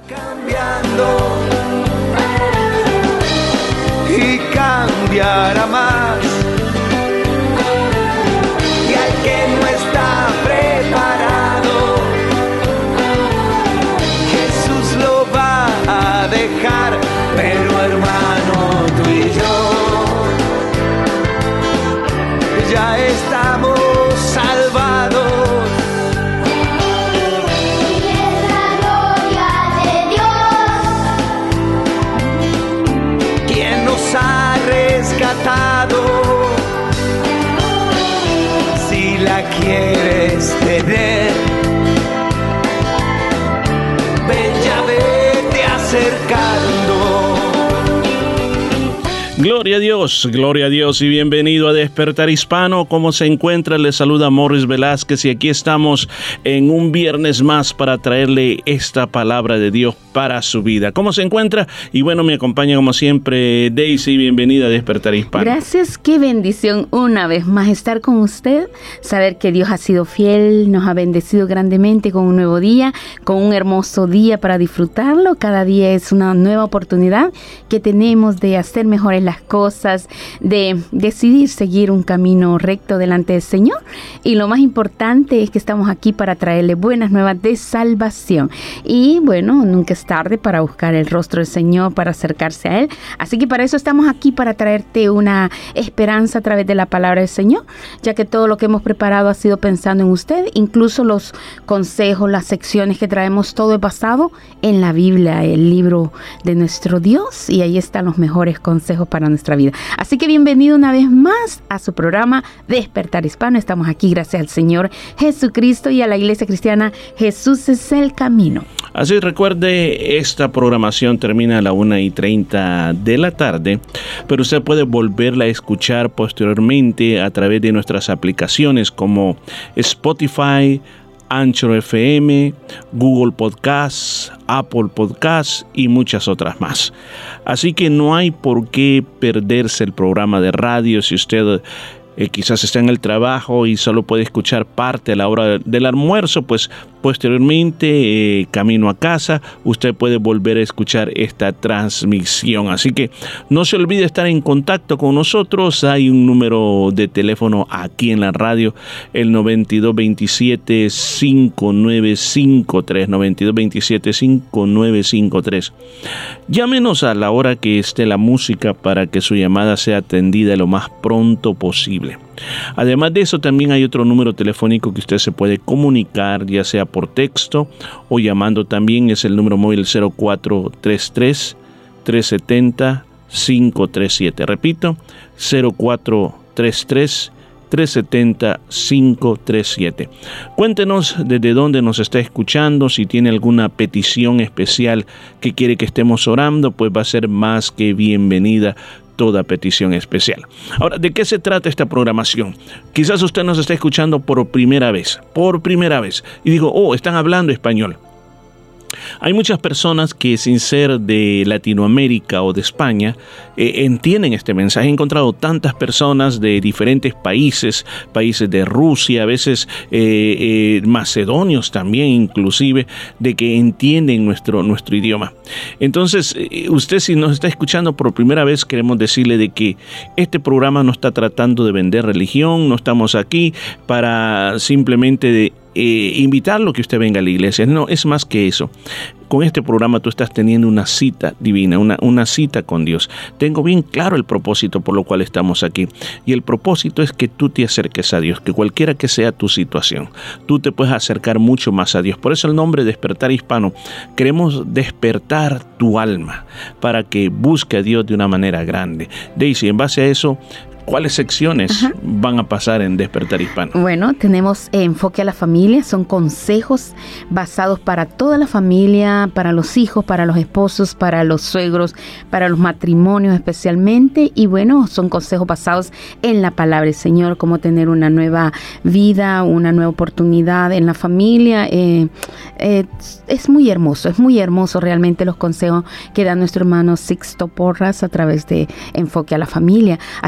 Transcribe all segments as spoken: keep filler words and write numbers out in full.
Cambiando y cambiará más. Y al que no está preparado, Jesús lo va a dejar. Pero hermano, tú y yo ya estamos salvados. Ha rescatado. Si la quieres tener, ven, ya vete acercando. Gloria a Dios, gloria a Dios y bienvenido a Despertar Hispano. ¿Cómo se encuentra? Le saluda Morris Velázquez y aquí estamos en un viernes más para traerle esta palabra de Dios para su vida. ¿Cómo se encuentra? Y bueno, me acompaña como siempre Daisy. Bienvenida a Despertar Hispano. Gracias, qué bendición una vez más estar con usted, saber que Dios ha sido fiel, nos ha bendecido grandemente con un nuevo día, con un hermoso día para disfrutarlo. Cada día es una nueva oportunidad que tenemos de hacer mejores las cosas, de decidir seguir un camino recto delante del Señor. Y lo más importante es que estamos aquí para traerle buenas nuevas de salvación. Y bueno, nunca es tarde para buscar el rostro del Señor, para acercarse a Él. Así que para eso estamos aquí, para traerte una esperanza a través de la palabra del Señor, ya que todo lo que hemos preparado ha sido pensando en usted, incluso los consejos, las secciones que traemos, todo es basado en la Biblia, el libro de nuestro Dios, y ahí están los mejores consejos para nuestra vida. Así que bienvenido una vez más a su programa Despertar Hispano. Estamos aquí gracias al Señor Jesucristo y a la Iglesia Cristiana Jesús es el Camino. Así, recuerde, esta programación termina a la una y treinta de la tarde, pero usted puede volverla a escuchar posteriormente a través de nuestras aplicaciones como Spotify, Anchor F M, Google Podcasts, Apple Podcasts y muchas otras más. Así que no hay por qué perderse el programa de radio si usted eh, quizás está en el trabajo y solo puede escuchar parte a la hora del almuerzo, pues posteriormente, eh, camino a casa, usted puede volver a escuchar esta transmisión. Así que no se olvide estar en contacto con nosotros. Hay un número de teléfono aquí en la radio, el noventa y dos veintisiete, cincuenta y nueve cincuenta y tres, noventa y dos veintisiete, cincuenta y nueve cincuenta y tres. Llámenos a la hora que esté la música para que su llamada sea atendida lo más pronto posible. Además de eso, también hay otro número telefónico que usted se puede comunicar, ya sea por texto o llamando también. Es el número móvil cero cuatro tres tres, tres siete cero, cinco tres siete. Repito, cero cuatro tres tres, tres siete cero, cinco tres siete. Cuéntenos desde dónde nos está escuchando. Si tiene alguna petición especial que quiere que estemos orando, pues va a ser más que bienvenida toda petición especial. Ahora, ¿de qué se trata esta programación? Quizás usted nos está escuchando por primera vez, por primera vez, y digo, oh, están hablando español. Hay muchas personas que, sin ser de Latinoamérica o de España, eh, entienden este mensaje. He encontrado tantas personas de diferentes países, países de Rusia, a veces eh, eh, macedonios también, inclusive, de que entienden nuestro, nuestro idioma. Entonces, eh, usted, si nos está escuchando por primera vez, queremos decirle de que este programa no está tratando de vender religión, no estamos aquí para simplemente de Eh, invitarlo que usted venga a la iglesia. No, es más que eso. Con este programa tú estás teniendo una cita divina, una, una cita con Dios. Tengo bien claro el propósito por lo cual estamos aquí. Y el propósito es que tú te acerques a Dios, que cualquiera que sea tu situación, tú te puedes acercar mucho más a Dios. Por eso el nombre Despertar Hispano. Queremos despertar tu alma para que busque a Dios de una manera grande. Daisy, en base a eso, ¿cuáles secciones Ajá. van a pasar en Despertar Hispano? Bueno, tenemos eh, enfoque a la familia, son consejos basados para toda la familia, para los hijos, para los esposos, para los suegros, para los matrimonios especialmente. Y bueno, son consejos basados en la palabra del Señor, cómo tener una nueva vida, una nueva oportunidad en la familia. Eh, eh, es muy hermoso, es muy hermoso realmente los consejos que da nuestro hermano Sixto Porras a través de enfoque a la familia. Así tenemos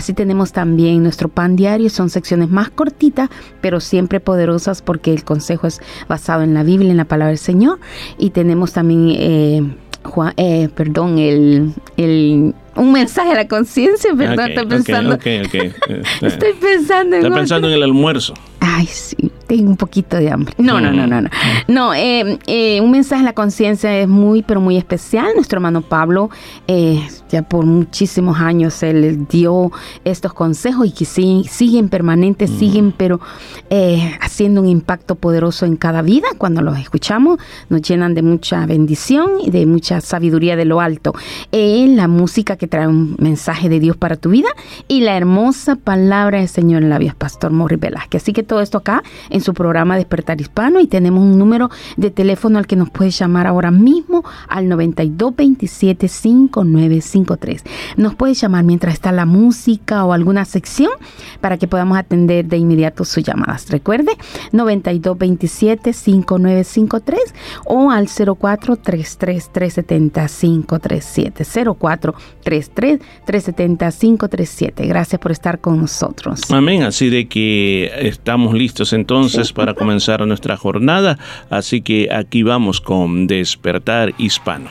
tenemos también nuestro pan diario. Son secciones más cortitas, pero siempre poderosas porque el consejo es basado en la Biblia, en la palabra del Señor. Y tenemos también, eh, Juan, eh, perdón, el... el un mensaje a la conciencia, perdón, okay, estoy pensando. Okay, okay, okay. Estoy pensando en Está pensando en el almuerzo. Ay, sí, tengo un poquito de hambre. No, no, no, no, no. No, eh, eh, un mensaje a la conciencia es muy, pero muy especial. Nuestro hermano Pablo, eh, ya por muchísimos años, él dio estos consejos y que sí, siguen permanentes, mm. siguen, pero eh, haciendo un impacto poderoso en cada vida. Cuando los escuchamos, nos llenan de mucha bendición y de mucha sabiduría de lo alto. Eh, la música que trae un mensaje de Dios para tu vida y la hermosa palabra del Señor en labios, Pastor Morris Velázquez. Así que todo esto acá en su programa Despertar Hispano, y tenemos un número de teléfono al que nos puedes llamar ahora mismo al noventa y dos veintisiete cincuenta y nueve cincuenta y tres. Nos puedes llamar mientras está la música o alguna sección para que podamos atender de inmediato sus llamadas. Recuerde, noventa y dos veintisiete cincuenta y nueve cincuenta y tres o al cero cuatro treinta y tres trescientos setenta cinco treinta y siete, cero cuatro treinta y tres trescientos setenta cinco treinta y siete. Gracias por estar con nosotros. Amén. Así de que estamos listos entonces sí. para comenzar nuestra jornada. Así que aquí vamos con Despertar Hispano.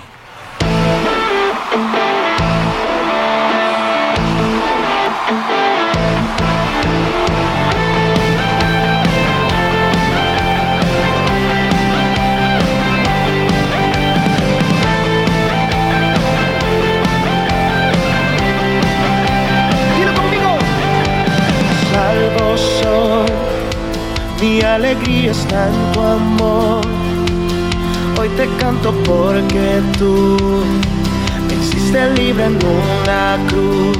Mi alegría está en tu amor. Hoy te canto porque tú me hiciste libre en una cruz.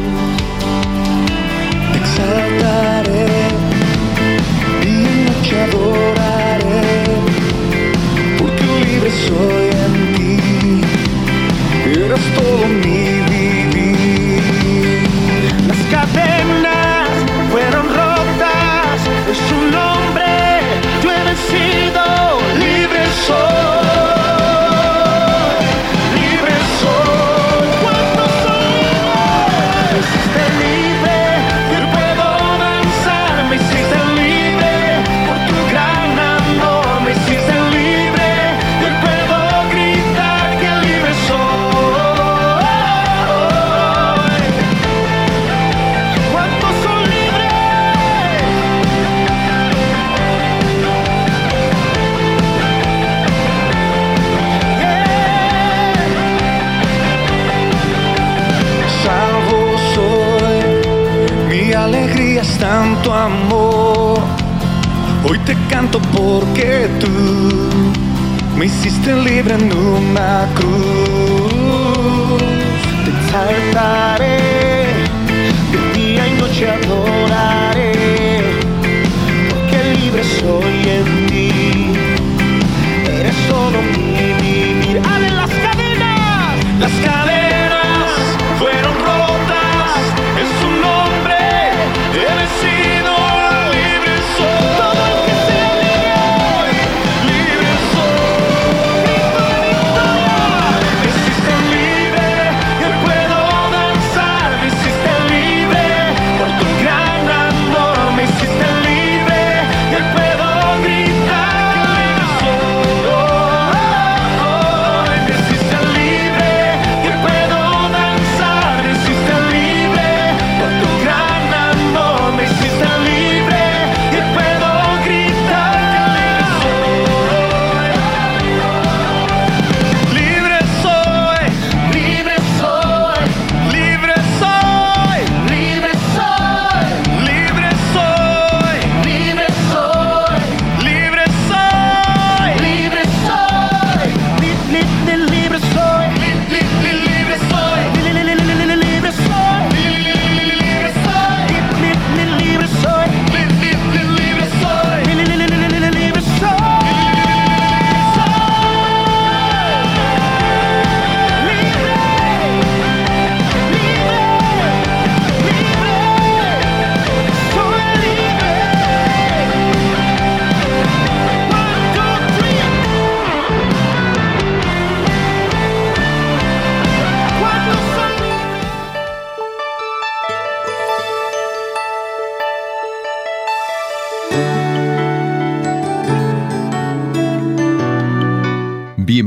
Te exaltaré, día y noche adoraré, porque libre soy en ti. Eres todo mi vivir. Las cadenas fueron rotas, es su nombre. Yo he vencido, libre soy, libre soy. ¿Cuántos son? Me hiciste libre, yo puedo danzar. Me hiciste libre por tu gran amor. Me hiciste libre, yo puedo gritar que libre soy. ¿Cuántos son libres? Alegría es tanto amor. Hoy te canto porque tú me hiciste libre en una cruz. Te exaltaré, de día y noche adoraré, porque libre soy en ti. Eres todo mi vivir. ¡Ale, las cadenas! Las cadenas fueron rotas en su nombre. He vencido, libre soy. Todo el que sea libre, libre soy. Grito de victoria. Me hiciste libre, yo puedo danzar.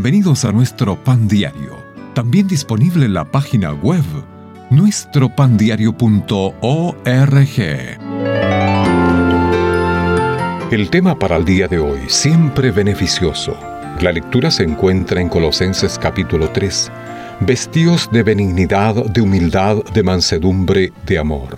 Bienvenidos a nuestro Pan Diario, también disponible en la página web nuestro pan diario punto org. El tema para el día de hoy, siempre beneficioso. La lectura se encuentra en Colosenses capítulo tres. Vestíos de benignidad, de humildad, de mansedumbre, de amor.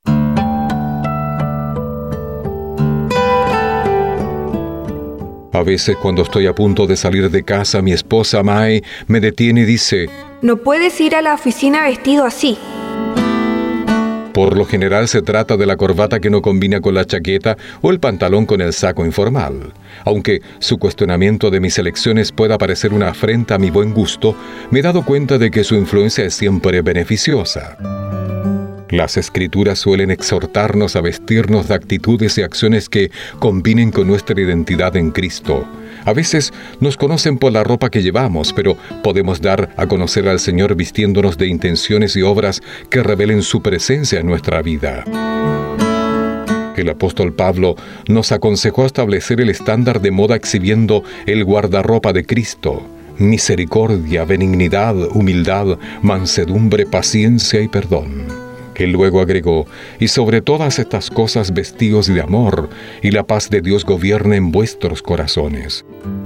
A veces cuando estoy a punto de salir de casa, mi esposa Mae me detiene y dice: no puedes ir a la oficina vestido así. Por lo general se trata de la corbata que no combina con la chaqueta o el pantalón con el saco informal. Aunque su cuestionamiento de mis elecciones pueda parecer una afrenta a mi buen gusto, me he dado cuenta de que su influencia es siempre beneficiosa. Las Escrituras suelen exhortarnos a vestirnos de actitudes y acciones que combinen con nuestra identidad en Cristo. A veces nos conocen por la ropa que llevamos, pero podemos dar a conocer al Señor vistiéndonos de intenciones y obras que revelen su presencia en nuestra vida. El apóstol Pablo nos aconsejó establecer el estándar de moda exhibiendo el guardarropa de Cristo: misericordia, benignidad, humildad, mansedumbre, paciencia y perdón. Él luego agregó: y sobre todas estas cosas vestíos de amor, y la paz de Dios gobierne en vuestros corazones.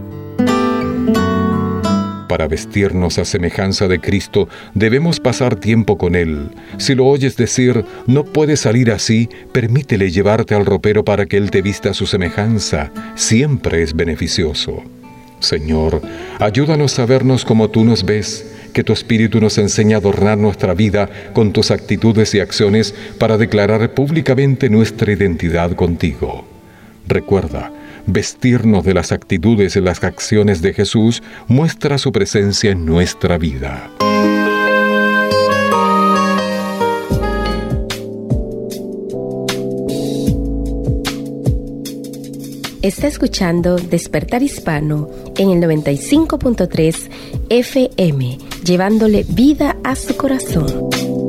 Para vestirnos a semejanza de Cristo, debemos pasar tiempo con Él. Si lo oyes decir: no puedes salir así, permítele llevarte al ropero para que Él te vista a su semejanza. Siempre es beneficioso. Señor, ayúdanos a vernos como tú nos ves. Que tu Espíritu nos enseñe a adornar nuestra vida con tus actitudes y acciones para declarar públicamente nuestra identidad contigo. Recuerda, vestirnos de las actitudes y las acciones de Jesús muestra su presencia en nuestra vida. Está escuchando Despertar Hispano en el noventa y cinco punto tres F M, llevándole vida a su corazón.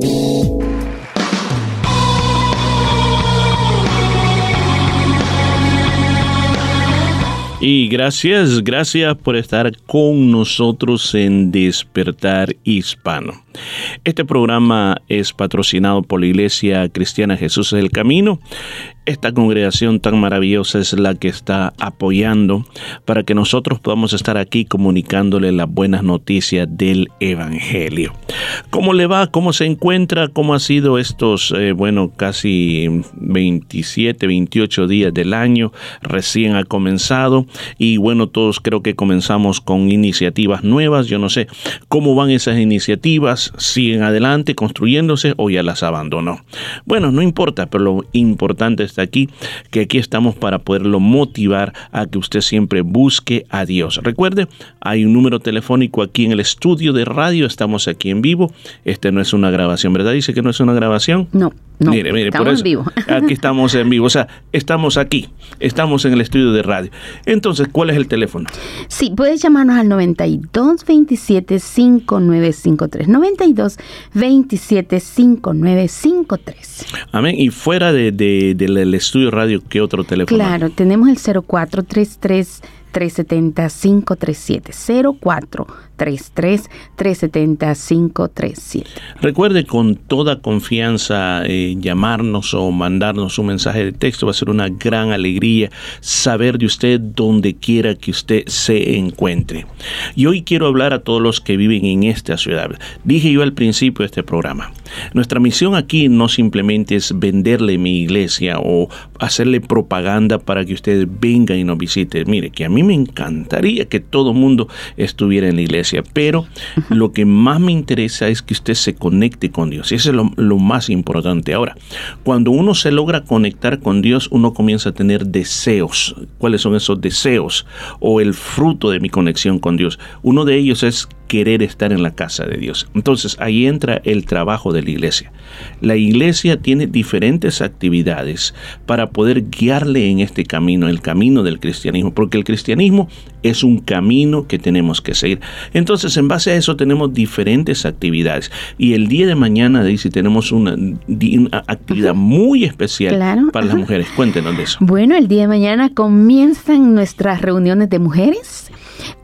Y gracias, gracias por estar con nosotros en Despertar Hispano. Este programa es patrocinado por la Iglesia Cristiana Jesús es el Camino. Esta congregación tan maravillosa es la que está apoyando para que nosotros podamos estar aquí comunicándole las buenas noticias del Evangelio. ¿Cómo le va? ¿Cómo se encuentra? ¿Cómo ha sido estos, eh, bueno, casi veintisiete, veintiocho días del año? Recién ha comenzado y bueno, todos creo que comenzamos con iniciativas nuevas. Yo no sé cómo van esas iniciativas, siguen adelante construyéndose o ya las abandonó. Bueno, no importa, pero lo importante es aquí, que aquí estamos para poderlo motivar a que usted siempre busque a Dios. Recuerde, hay un número telefónico aquí en el estudio de radio, estamos aquí en vivo. Este no es una grabación, ¿verdad? Dice que no es una grabación. No, no, mire, mire, estamos por eso, en vivo. Aquí estamos en vivo, o sea, estamos aquí, estamos en el estudio de radio. Entonces, ¿cuál es el teléfono? Sí, puedes llamarnos al noventa y dos veintisiete cincuenta y nueve cincuenta y tres, noventa y dos veintisiete cincuenta y nueve cincuenta y tres. Amén. Y fuera de, de, del estudio radio, ¿qué otro teléfono? Claro, tenemos el cero cuatro treinta y tres, trescientos setenta, quinientos treinta y siete, cero cuatro treinta y tres, trescientos setenta, quinientos treinta y siete. Recuerde con toda confianza eh, llamarnos o mandarnos un mensaje de texto. Va a ser una gran alegría saber de usted donde quiera que usted se encuentre. Y hoy quiero hablar a todos los que viven en esta ciudad. Dije yo al principio de este programa, nuestra misión aquí no simplemente es venderle mi iglesia o hacerle propaganda para que usted venga y nos visite. Mire, que a mí me encantaría que todo el mundo estuviera en la iglesia, pero lo que más me interesa es que usted se conecte con Dios, y eso es lo, lo más importante. Ahora, cuando uno se logra conectar con Dios, uno comienza a tener deseos. ¿Cuáles son esos deseos o el fruto de mi conexión con Dios? Uno de ellos es querer estar en la casa de Dios. Entonces ahí entra el trabajo de la iglesia. La iglesia tiene diferentes actividades para poder guiarle en este camino, el camino del cristianismo, porque el cristianismo es un camino que tenemos que seguir. Entonces, en base a eso tenemos diferentes actividades, y el día de mañana, Daisy, tenemos una, una actividad muy especial, claro, para ajá. las mujeres. Cuéntenos de eso. Bueno, el día de mañana comienzan nuestras reuniones de mujeres.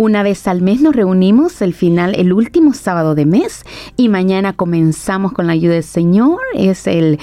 Una vez al mes nos reunimos, el final, el último sábado de mes, y mañana comenzamos con la ayuda del Señor. Es el,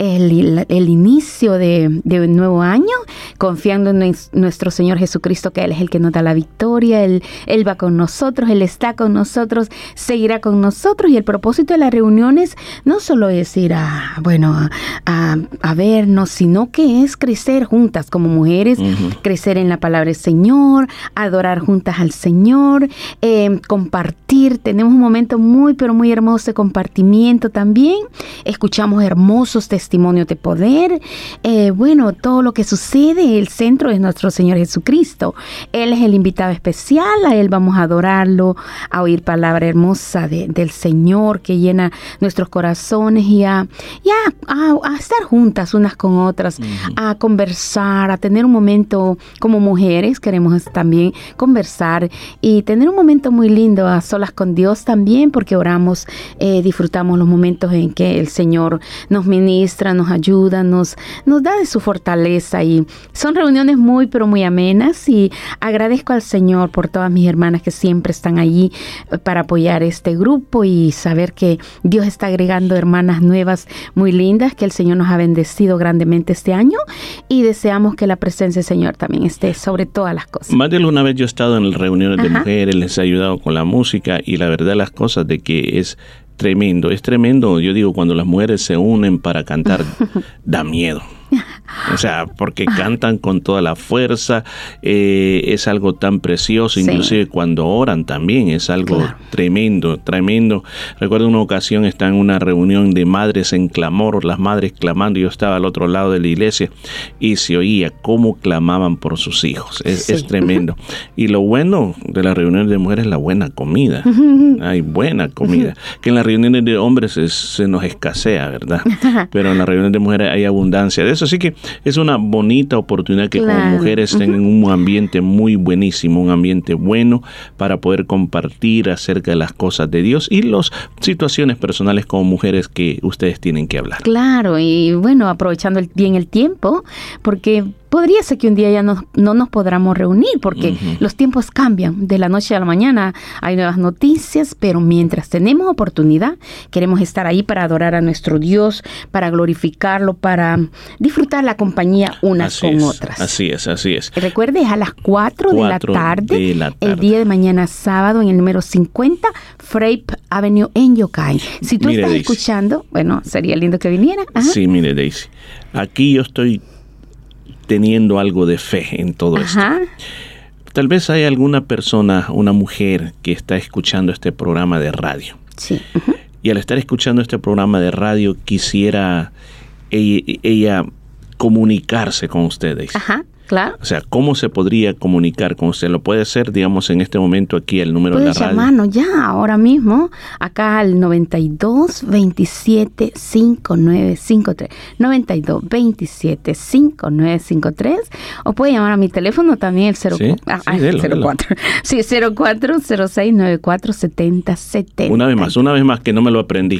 el, el inicio de, de un nuevo año, confiando en nuestro Señor Jesucristo, que Él es el que nos da la victoria. Él, Él va con nosotros, Él está con nosotros, seguirá con nosotros. Y el propósito de las reuniones no solo es ir a, bueno, a, a vernos, sino que es crecer juntas como mujeres, uh-huh. crecer en la palabra del Señor, adorar juntas al Señor, eh, compartir. Tenemos un momento muy, pero muy hermoso de compartimiento también. Escuchamos hermosos testimonios de poder. Eh, bueno, todo lo que sucede, el centro es nuestro Señor Jesucristo. Él es el invitado especial, a Él vamos a adorarlo, a oír palabra hermosa de, del Señor que llena nuestros corazones y a, y a, a, a estar juntas unas con otras, uh-huh. a conversar, a tener un momento como mujeres. Queremos también conversar y tener un momento muy lindo a solas con Dios también, porque oramos, eh, disfrutamos los momentos en que el Señor nos ministra, nos ayuda, nos, nos da de su fortaleza, y son reuniones muy, pero muy amenas, y agradezco al Señor por todas mis hermanas que siempre están allí para apoyar este grupo y saber que Dios está agregando hermanas nuevas muy lindas, que el Señor nos ha bendecido grandemente este año, y deseamos que la presencia del Señor también esté sobre todas las cosas. Más de alguna vez yo he estado en reuniones de Ajá. mujeres, les he ayudado con la música, y la verdad las cosas de que es tremendo, es tremendo. Yo digo, cuando las mujeres se unen para cantar, da miedo. O sea, porque cantan con toda la fuerza, eh, es algo tan precioso, inclusive sí. cuando oran también, es algo claro. tremendo, tremendo. Recuerdo una ocasión, estaba en una reunión de madres en clamor, las madres clamando, yo estaba al otro lado de la iglesia y se oía cómo clamaban por sus hijos, es, sí. es tremendo. Y lo bueno de las reuniones de mujeres es la buena comida, hay buena comida, que en las reuniones de hombres es, se nos escasea, ¿verdad? Pero en las reuniones de mujeres hay abundancia de eso, así que es una bonita oportunidad que claro. como mujeres estén uh-huh. en un ambiente muy buenísimo, un ambiente bueno para poder compartir acerca de las cosas de Dios y las situaciones personales como mujeres que ustedes tienen que hablar. Claro, y bueno, aprovechando el, bien el tiempo, porque podría ser que un día ya no, no nos podamos reunir, porque uh-huh. los tiempos cambian. De la noche a la mañana hay nuevas noticias, pero mientras tenemos oportunidad, queremos estar ahí para adorar a nuestro Dios, para glorificarlo, para disfrutar la compañía unas así con es, otras. Así es, así es. Recuerde, es a las cuatro de la tarde, de la tarde, el día de mañana sábado, en el número cincuenta, Frape Avenue en Yokai. Si tú mire, estás Daisy, escuchando, bueno, sería lindo que viniera. Ajá. Sí, mire, Daisy, aquí yo estoy teniendo algo de fe en todo Ajá. esto. Tal vez hay alguna persona, una mujer que está escuchando este programa de radio. Sí. Uh-huh. Y al estar escuchando este programa de radio quisiera ella, ella comunicarse con ustedes. Ajá. Claro. O sea, ¿cómo se podría comunicar con usted? Lo puede hacer, digamos, en este momento aquí el número de la radio. Puede llamarnos ya, ahora mismo, acá al noventa y dos, veintisiete, cincuenta y nueve cincuenta y tres. noventa y dos, veintisiete, cincuenta y nueve cincuenta y tres. O puede llamar a mi teléfono también, el cero, ¿Sí? ah, sí, ay, delo, cero cuatro. Delo. Sí, cero cuatro cero seis nueve cuatro siete cero siete cero. Una vez más, una vez más que no me lo aprendí.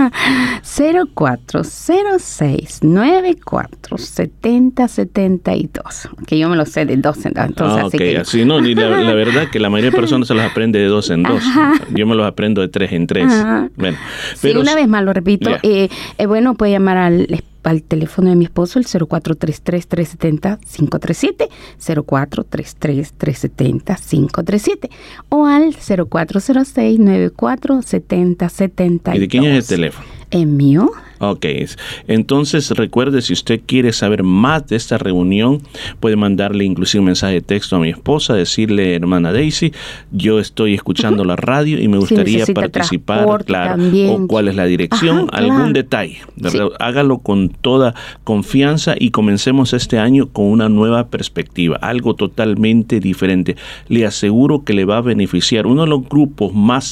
cero cuatro cero seis nueve cuatro siete cero siete dos. Que yo me lo sé de dos en dos. Entonces, ah, así ok, que... así no, y la, la verdad que la mayoría de personas se los aprende de dos en dos. Ajá. Yo me los aprendo de tres en tres. Ajá. Bueno, sí, pero una vez más lo repito. Yeah. Eh, eh, bueno, puede llamar al, al teléfono de mi esposo, el cero cuatro tres tres, tres siete cero, cinco tres siete, cero cuatro tres tres, tres siete cero, cinco tres siete, o al cero cuatro cero seis nueve cuatro siete cero siete dos. ¿Y de quién es el teléfono? ¿Es mío? Ok, entonces recuerde, si usted quiere saber más de esta reunión, puede mandarle inclusive un mensaje de texto a mi esposa, decirle, hermana Daisy, yo estoy escuchando uh-huh. la radio y me gustaría si participar, claro, también. O cuál es la dirección, Ajá, algún claro. detalle, ¿verdad? Sí. Hágalo con toda confianza y comencemos este año con una nueva perspectiva, algo totalmente diferente. Le aseguro que le va a beneficiar. Uno de los grupos más activos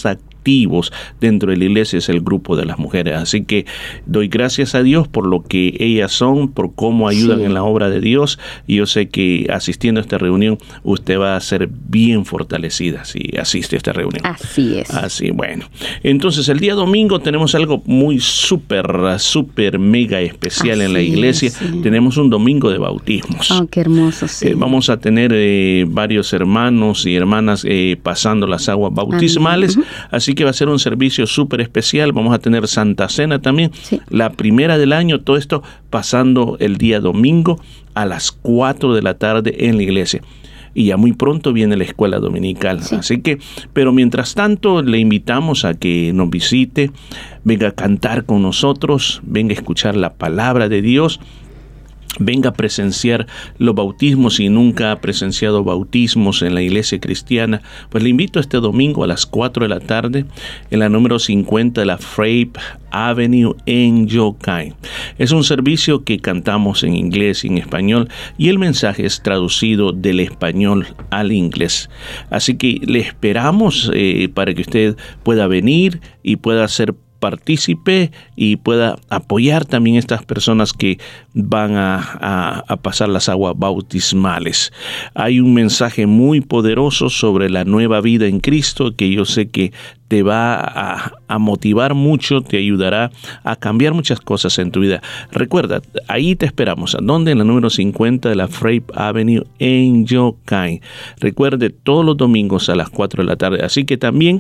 activos dentro de la iglesia es el grupo de las mujeres. Así que doy gracias a Dios por lo que ellas son, por cómo ayudan sí. en la obra de Dios, y yo sé que asistiendo a esta reunión usted va a ser bien fortalecida si asiste a esta reunión. Así es. Así, bueno. Entonces el día domingo tenemos algo muy súper, súper mega especial Así en la iglesia. Es, sí. Tenemos un domingo de bautismos. Oh, qué hermoso, sí. Eh, vamos a tener eh, varios hermanos y hermanas eh, pasando las aguas bautismales, uh-huh. así que va a ser un servicio súper especial. Vamos a tener Santa Cena también, sí. la primera del año, todo esto pasando el día domingo a las cuatro de la tarde en la iglesia. Y ya muy pronto viene la escuela dominical. Sí. Así que, pero mientras tanto, le invitamos a que nos visite, venga a cantar con nosotros, venga a escuchar la palabra de Dios, venga a presenciar los bautismos. Si nunca ha presenciado bautismos en la iglesia cristiana, pues le invito este domingo a las cuatro de la tarde en la número cincuenta de la Frape Avenue en Yokai. Es un servicio que cantamos en inglés y en español, y el mensaje es traducido del español al inglés. Así que le esperamos eh, para que usted pueda venir y pueda ser partícipe y pueda apoyar también a estas personas que van a, a, a pasar las aguas bautismales. Hay un mensaje muy poderoso sobre la nueva vida en Cristo que yo sé que te va a, a motivar mucho, te ayudará a cambiar muchas cosas en tu vida. Recuerda, ahí te esperamos. ¿A dónde? En la número cincuenta de la Frape Avenue en Yokai. Recuerde, todos los domingos a las cuatro de la tarde. Así que también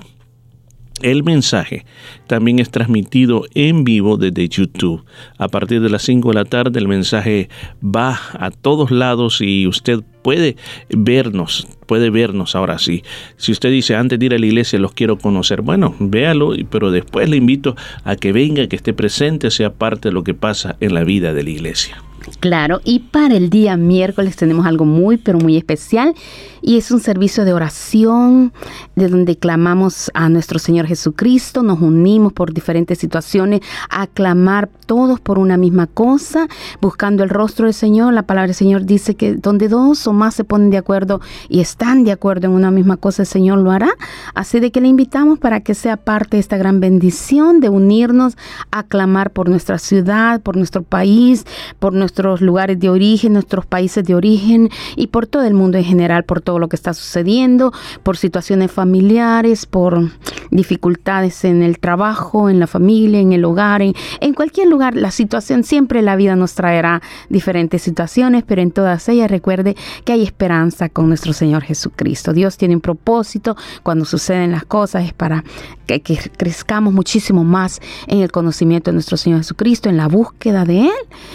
el mensaje también es transmitido en vivo desde YouTube. A partir de las cinco de la tarde el mensaje va a todos lados y usted puede vernos, puede vernos ahora sí. Si usted dice, antes de ir a la iglesia los quiero conocer, bueno, véalo, pero después le invito a que venga, que esté presente, sea parte de lo que pasa en la vida de la iglesia. Claro, y para el día miércoles tenemos algo muy, pero muy especial, y es un servicio de oración de donde clamamos a nuestro Señor Jesucristo, nos unimos por diferentes situaciones a clamar todos por una misma cosa, buscando el rostro del Señor. La palabra del Señor dice que donde dos o más se ponen de acuerdo y están de acuerdo en una misma cosa, el Señor lo hará. Así de que le invitamos para que sea parte de esta gran bendición de unirnos a clamar por nuestra ciudad, por nuestro país, por nuestro nuestros lugares de origen, nuestros países de origen y por todo el mundo en general, por todo lo que está sucediendo, por situaciones familiares, por dificultades en el trabajo, en la familia, en el hogar, en, en cualquier lugar. La situación, siempre la vida nos traerá diferentes situaciones, pero en todas ellas recuerde que hay esperanza con nuestro Señor Jesucristo. Dios tiene un propósito. Cuando suceden las cosas es para que, que crezcamos muchísimo más en el conocimiento de nuestro Señor Jesucristo, en la búsqueda de Él,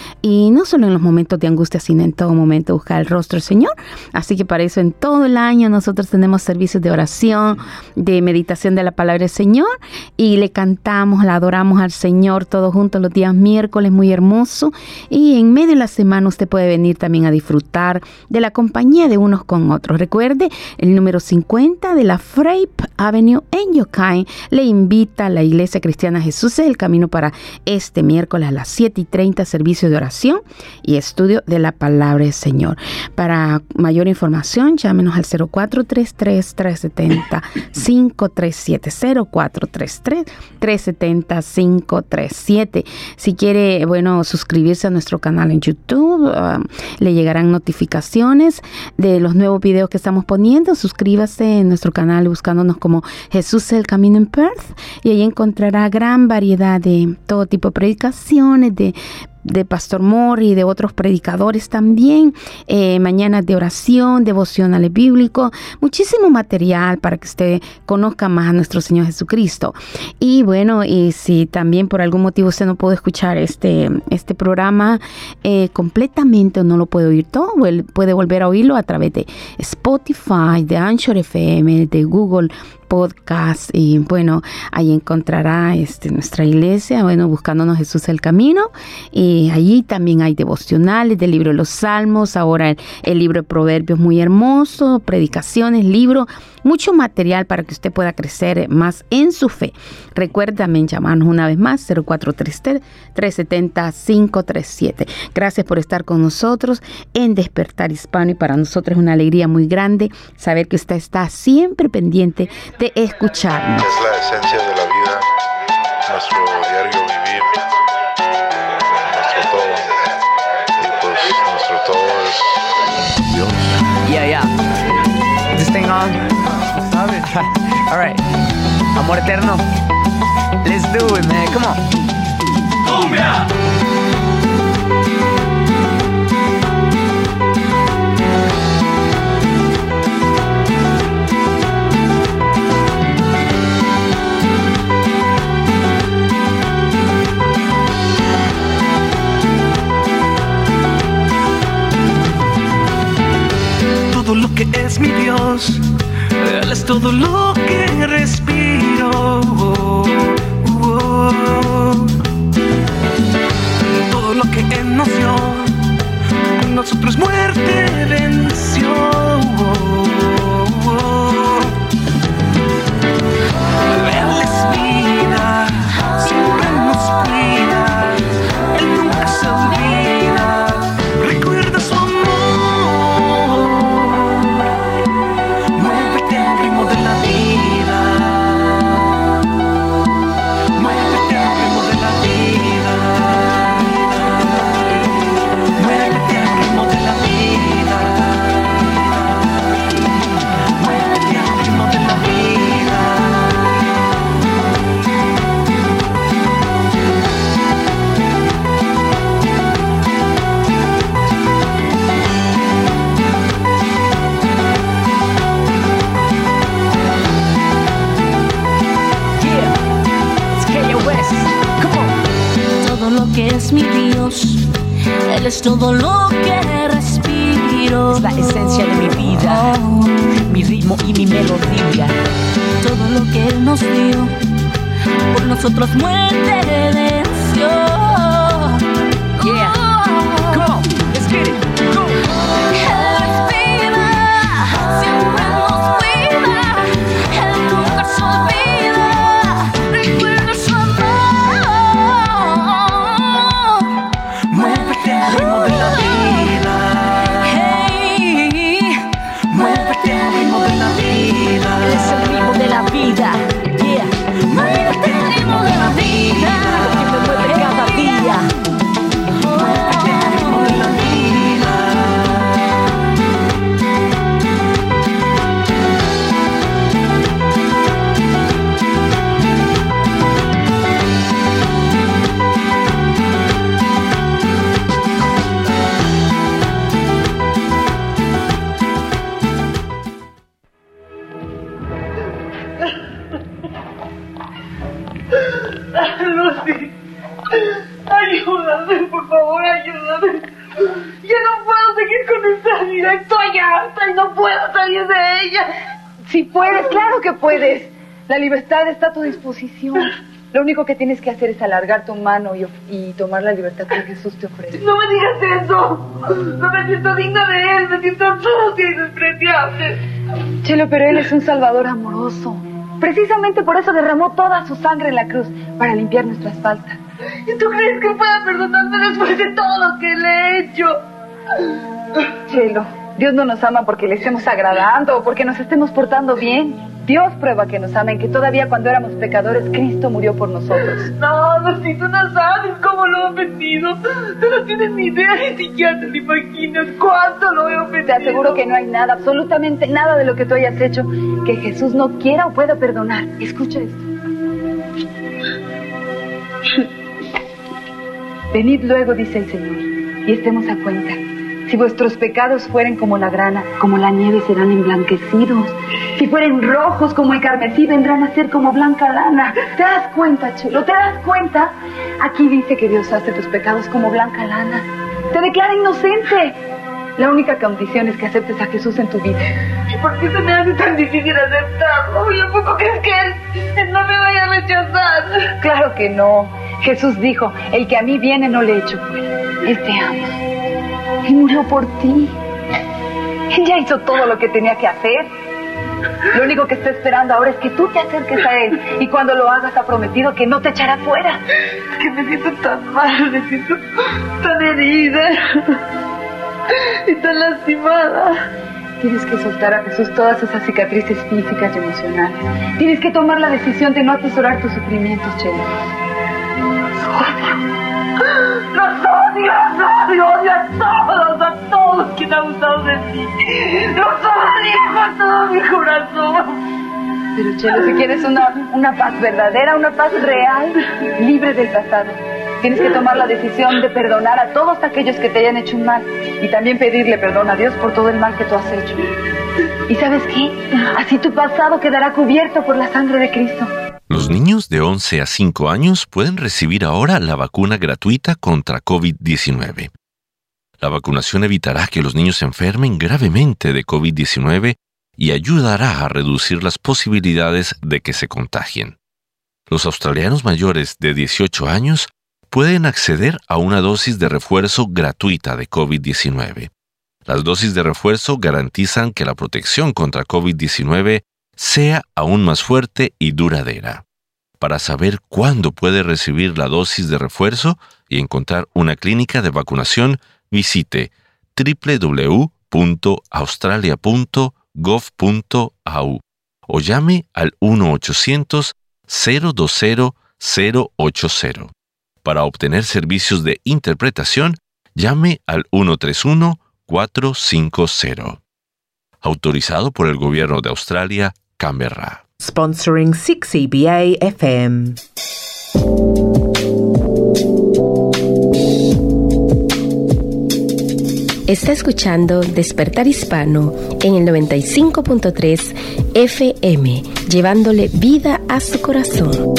y no solo en los momentos de angustia, sino en todo momento buscar el rostro del Señor. Así que para eso en todo el año nosotros tenemos servicios de oración, de meditación de la palabra del Señor, y le cantamos, la adoramos al Señor todos juntos los días miércoles, muy hermoso. Y en medio de la semana usted puede venir también a disfrutar de la compañía de unos con otros. Recuerde, el número cincuenta de la Frape Avenue en Yokai le invita a la Iglesia Cristiana Jesús es el Camino para este miércoles a las siete y treinta, servicio de oración y estudio de la palabra del Señor. Para mayor información, llámenos al cero cuatro tres tres, tres siete cero, cinco tres siete, cero cuatro tres tres, tres siete cero, cinco tres siete. Si quiere, bueno, suscribirse a nuestro canal en YouTube, uh, le llegarán notificaciones de los nuevos videos que estamos poniendo. Suscríbase en nuestro canal buscándonos como Jesús es el Camino en Perth, y ahí encontrará gran variedad de todo tipo de predicaciones, de de Pastor Morri y de otros predicadores también, eh, mañanas de oración, devocionales bíblicos, muchísimo material para que usted conozca más a nuestro Señor Jesucristo. Y bueno, y si también por algún motivo usted no puede escuchar este, este programa eh, completamente, o no lo puede oír todo, puede volver a oírlo a través de Spotify, de Anchor F M, de Google Podcast, y bueno, ahí encontrará este, nuestra iglesia, bueno, buscándonos Jesús el Camino, y allí también hay devocionales del libro de los Salmos, ahora el, el libro de Proverbios muy hermoso, predicaciones, libro mucho material para que usted pueda crecer más en su fe. Recuerda también llamarnos una vez más, cero cuatro tres tres, tres siete cero, cinco tres siete. Gracias por estar con nosotros en Despertar Hispano, y para nosotros es una alegría muy grande saber que usted está siempre pendiente de escucharnos. Es la esencia de la vida, nuestro diario vivir, nuestro todo. Y pues nuestro todo es Dios. Yeah, yeah. This thing on. ¿Sabes? All right. Amor eterno. Let's do it, man. Come on. ¡Cumbia! Todo lo que es mi Dios, Él es todo lo que respiro. Oh, oh, oh. Todo lo que Él nos dio, nosotros muerte venció. Oh, oh, oh. Él es vida, siempre nos cuida, Él nunca se olvida, recuerda su amor. Es mi Dios, Él es todo lo que respiro. Es la esencia de mi vida, oh, mi ritmo y mi melodía. Todo lo que Él nos dio, por nosotros muerte venció. Yeah, oh, come on, let's get it, go. Él es vida, siempre nos cuida, Él nunca se olvida, recuerda su amor. Vida, yeah. Muévete al ritmo de la vida, que me mueve cada día. Muévete al ritmo de la vida. Lucy, ayúdame, por favor, ayúdame. Ya no puedo seguir con esta vida, estoy harta y no puedo salir de ella. Si puedes, claro que puedes. La libertad está a tu disposición. Lo único que tienes que hacer es alargar tu mano y, y tomar la libertad que Jesús te ofrece. No me digas eso. No me siento digna de Él, me siento sucia y despreciable. Chelo, pero Él es un Salvador amoroso. Precisamente por eso derramó toda su sangre en la cruz, para limpiar nuestras faltas. ¿Y tú crees que pueda perdonarme después de todo lo que le he hecho? Chelo, Dios no nos ama porque le estemos agradando o porque nos estemos portando bien. Dios prueba que nos ama en que todavía cuando éramos pecadores, Cristo murió por nosotros. No, no, si tú no sabes cómo lo he ofendido. Tú no tienes ni idea, ni siquiera te lo imaginas cuánto lo he ofendido. Te aseguro que no hay nada, absolutamente nada de lo que tú hayas hecho que Jesús no quiera o pueda perdonar. Escucha esto. Venid luego, dice el Señor, y estemos a cuenta. Si vuestros pecados fueren como la grana, como la nieve serán emblanquecidos. Si fueren rojos como el carmesí, vendrán a ser como blanca lana. ¿Te das cuenta, Chelo? ¿Te das cuenta? Aquí dice que Dios hace tus pecados como blanca lana. Te declara inocente. La única condición es que aceptes a Jesús en tu vida. ¿Y por qué se me hace tan difícil aceptarlo? ¿Y a poco crees que él, él no me vaya a rechazar? Claro que no. Jesús dijo, el que a mí viene no le echo fuera. Él te ama. Él murió por ti. Él ya hizo todo lo que tenía que hacer. Lo único que está esperando ahora es que tú te acerques a él. Y cuando lo hagas, ha prometido que no te echará fuera. Es que me siento tan mal, me siento tan herida y tan lastimada. Tienes que soltar a Jesús todas esas cicatrices físicas y emocionales. Tienes que tomar la decisión de no atesorar tus sufrimientos, Chelo. Los odio, los odio, odio a todos, a todos que han abusado de ti. Los odio con todo mi corazón. Pero, Chelo, si quieres una, una paz verdadera, una paz real, libre del pasado, tienes que tomar la decisión de perdonar a todos aquellos que te hayan hecho un mal y también pedirle perdón a Dios por todo el mal que tú has hecho. ¿Y sabes qué? Así tu pasado quedará cubierto por la sangre de Cristo. Los niños de once a cinco años pueden recibir ahora la vacuna gratuita contra COVID diecinueve. La vacunación evitará que los niños se enfermen gravemente de COVID diecinueve y ayudará a reducir las posibilidades de que se contagien. Los australianos mayores de dieciocho años pueden acceder a una dosis de refuerzo gratuita de COVID diecinueve. Las dosis de refuerzo garantizan que la protección contra COVID diecinueve sea aún más fuerte y duradera. Para saber cuándo puede recibir la dosis de refuerzo y encontrar una clínica de vacunación, visite doble u doble u doble u punto australia punto gov punto a u o llame al uno ochocientos, cero dos cero, cero ocho cero. Para obtener servicios de interpretación, llame al uno tres uno, cuatro cinco cero. Autorizado por el Gobierno de Australia, Canberra. Sponsoring six E B A F M. Está escuchando Despertar Hispano en el noventa y cinco punto tres F M, llevándole vida a su corazón.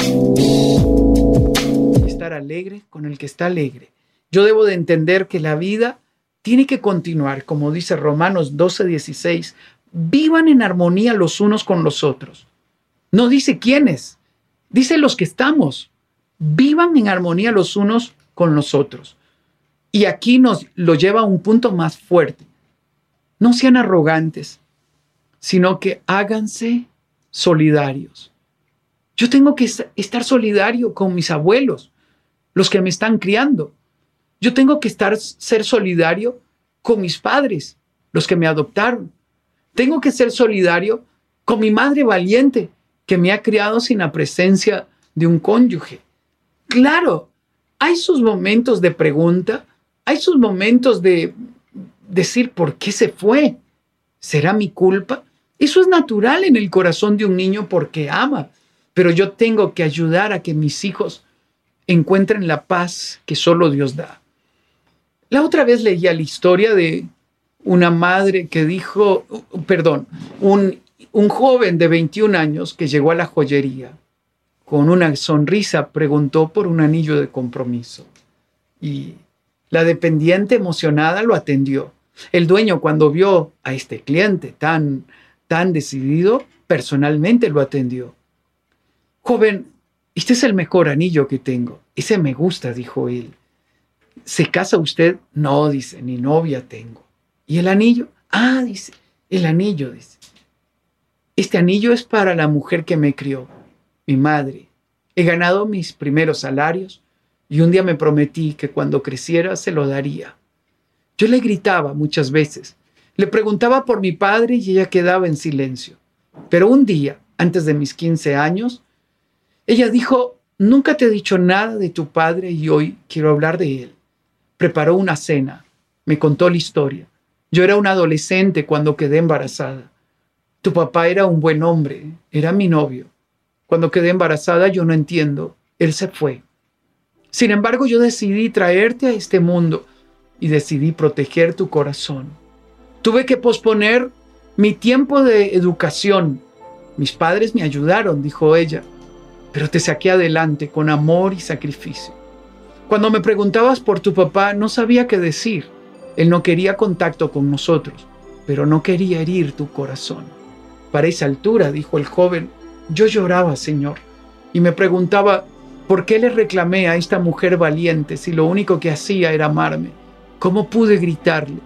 Estar alegre con el que está alegre. Yo debo de entender que la vida tiene que continuar, como dice Romanos doce dieciséis, vivan en armonía los unos con los otros. No dice quiénes, dice los que estamos. Vivan en armonía los unos con los otros. Y aquí nos lo lleva a un punto más fuerte. No sean arrogantes, sino que háganse solidarios. Yo tengo que estar solidario con mis abuelos, los que me están criando. Yo tengo que estar, ser solidario con mis padres, los que me adoptaron. Tengo que ser solidario con mi madre valiente, que me ha criado sin la presencia de un cónyuge. Claro, hay sus momentos de pregunta, hay sus momentos de decir por qué se fue. ¿Será mi culpa? Eso es natural en el corazón de un niño porque ama, pero yo tengo que ayudar a que mis hijos encuentren la paz que solo Dios da. La otra vez leía la historia de una madre que dijo, perdón, un Un joven de veintiún años que llegó a la joyería con una sonrisa preguntó por un anillo de compromiso y la dependiente emocionada lo atendió. El dueño, cuando vio a este cliente tan, tan decidido, personalmente lo atendió. Joven, este es el mejor anillo que tengo. Ese me gusta, dijo él. ¿Se casa usted? No, dice, ni novia tengo. ¿Y el anillo? Ah, dice, el anillo, dice. Este anillo es para la mujer que me crió, mi madre. He ganado mis primeros salarios y un día me prometí que cuando creciera se lo daría. Yo le gritaba muchas veces, le preguntaba por mi padre y ella quedaba en silencio. Pero un día, antes de mis quince años, ella dijo, nunca te he dicho nada de tu padre y hoy quiero hablar de él. Preparó una cena, me contó la historia. Yo era una adolescente cuando quedé embarazada. Tu papá era un buen hombre, era mi novio. Cuando quedé embarazada yo no entiendo, él se fue. Sin embargo, yo decidí traerte a este mundo y decidí proteger tu corazón. Tuve que posponer mi tiempo de educación. Mis padres me ayudaron, dijo ella, pero te saqué adelante con amor y sacrificio. Cuando me preguntabas por tu papá, no sabía qué decir. Él no quería contacto con nosotros, pero no quería herir tu corazón. Para esa altura, dijo el joven, yo lloraba, Señor, y me preguntaba, ¿por qué le reclamé a esta mujer valiente si lo único que hacía era amarme? ¿Cómo pude gritarle?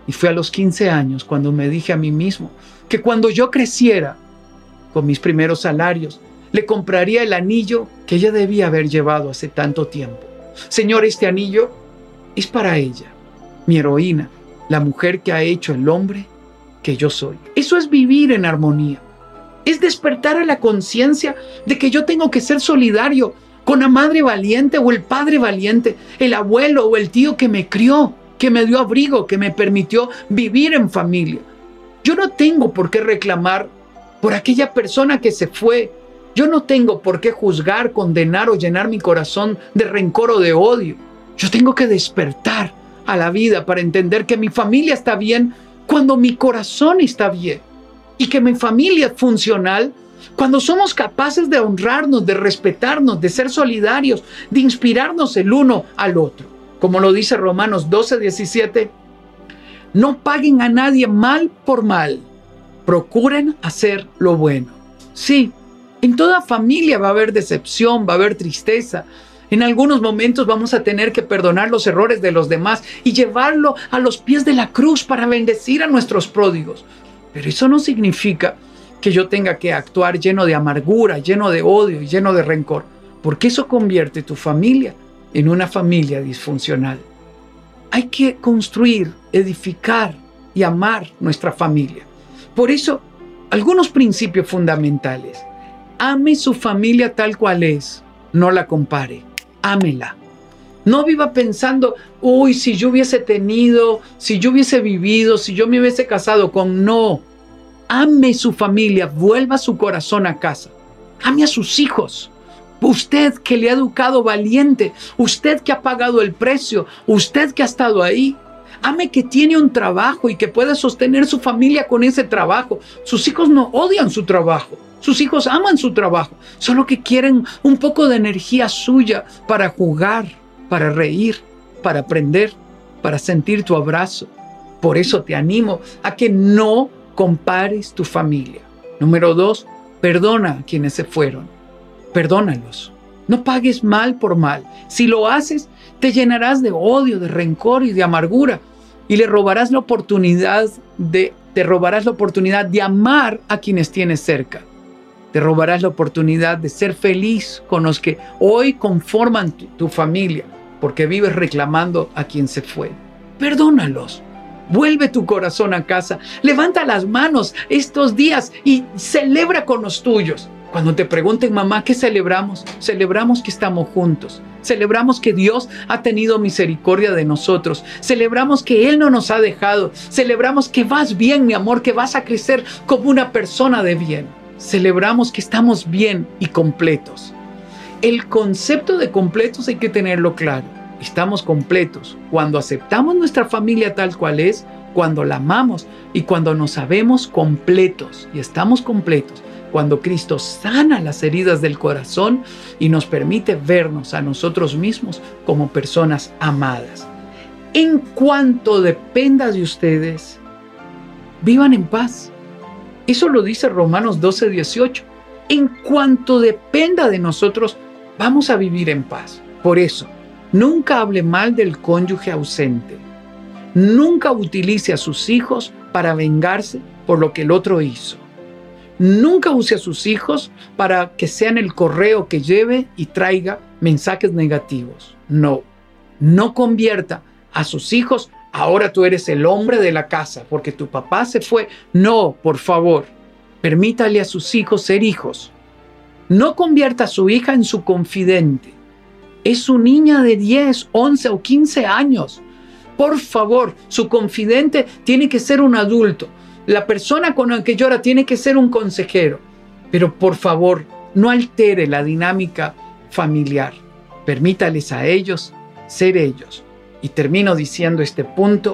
Y fue a los quince años cuando me dije a mí mismo que cuando yo creciera, con mis primeros salarios, le compraría el anillo que ella debía haber llevado hace tanto tiempo. Señor, este anillo es para ella, mi heroína, la mujer que ha hecho el hombre que yo soy. Eso es vivir en armonía. Es despertar a la conciencia de que yo tengo que ser solidario con la madre valiente o el padre valiente, el abuelo o el tío que me crió, que me dio abrigo, que me permitió vivir en familia. Yo no tengo por qué reclamar por aquella persona que se fue. Yo no tengo por qué juzgar, condenar o llenar mi corazón de rencor o de odio. Yo tengo que despertar a la vida para entender que mi familia está bien cuando mi corazón está bien y que mi familia es funcional cuando somos capaces de honrarnos, de respetarnos, de ser solidarios, de inspirarnos el uno al otro. Como lo dice Romanos doce, diecisiete, no paguen a nadie mal por mal, procuren hacer lo bueno. Sí, en toda familia va a haber decepción, va a haber tristeza. En algunos momentos vamos a tener que perdonar los errores de los demás y llevarlo a los pies de la cruz para bendecir a nuestros pródigos. Pero eso no significa que yo tenga que actuar lleno de amargura, lleno de odio y lleno de rencor, porque eso convierte tu familia en una familia disfuncional. Hay que construir, edificar y amar nuestra familia. Por eso, algunos principios fundamentales. Ame su familia tal cual es, no la compare, ámela. No viva pensando, uy, si yo hubiese tenido, si yo hubiese vivido, si yo me hubiese casado con... No, ame su familia, vuelva su corazón a casa. Ame a sus hijos. Usted que le ha educado valiente, usted que ha pagado el precio, usted que ha estado ahí. Ame que tiene un trabajo y que puede sostener su familia con ese trabajo. Sus hijos no odian su trabajo. Sus hijos aman su trabajo. Solo que quieren un poco de energía suya para jugar, para reír, para aprender, para sentir tu abrazo. Por eso te animo a que no compares tu familia. Número dos, perdona a quienes se fueron. Perdónalos. No pagues mal por mal. Si lo haces, te llenarás de odio, de rencor y de amargura. Y le robarás la oportunidad de, te robarás la oportunidad de amar a quienes tienes cerca. Te robarás la oportunidad de ser feliz con los que hoy conforman tu, tu familia, porque vives reclamando a quien se fue. Perdónalos. Vuelve tu corazón a casa. Levanta las manos estos días y celebra con los tuyos. Cuando te pregunten, mamá, ¿qué celebramos? Celebramos que estamos juntos. Celebramos que Dios ha tenido misericordia de nosotros. Celebramos que Él no nos ha dejado. Celebramos que vas bien, mi amor, que vas a crecer como una persona de bien. Celebramos que estamos bien y completos. El concepto de completos hay que tenerlo claro. Estamos completos cuando aceptamos nuestra familia tal cual es, cuando la amamos y cuando nos sabemos completos y estamos completos. Cuando Cristo sana las heridas del corazón y nos permite vernos a nosotros mismos como personas amadas. En cuanto dependa de ustedes, vivan en paz. Eso lo dice Romanos doce, dieciocho. En cuanto dependa de nosotros, vamos a vivir en paz. Por eso, nunca hable mal del cónyuge ausente. Nunca utilice a sus hijos para vengarse por lo que el otro hizo. Nunca use a sus hijos para que sean el correo que lleve y traiga mensajes negativos. No, no convierta a sus hijos, ahora tú eres el hombre de la casa porque tu papá se fue. No, por favor, permítale a sus hijos ser hijos. No convierta a su hija en su confidente. Es su niña de diez, once o quince años. Por favor, su confidente tiene que ser un adulto. La persona con la que llora tiene que ser un consejero. Pero por favor, no altere la dinámica familiar. Permítales a ellos ser ellos. Y termino diciendo este punto.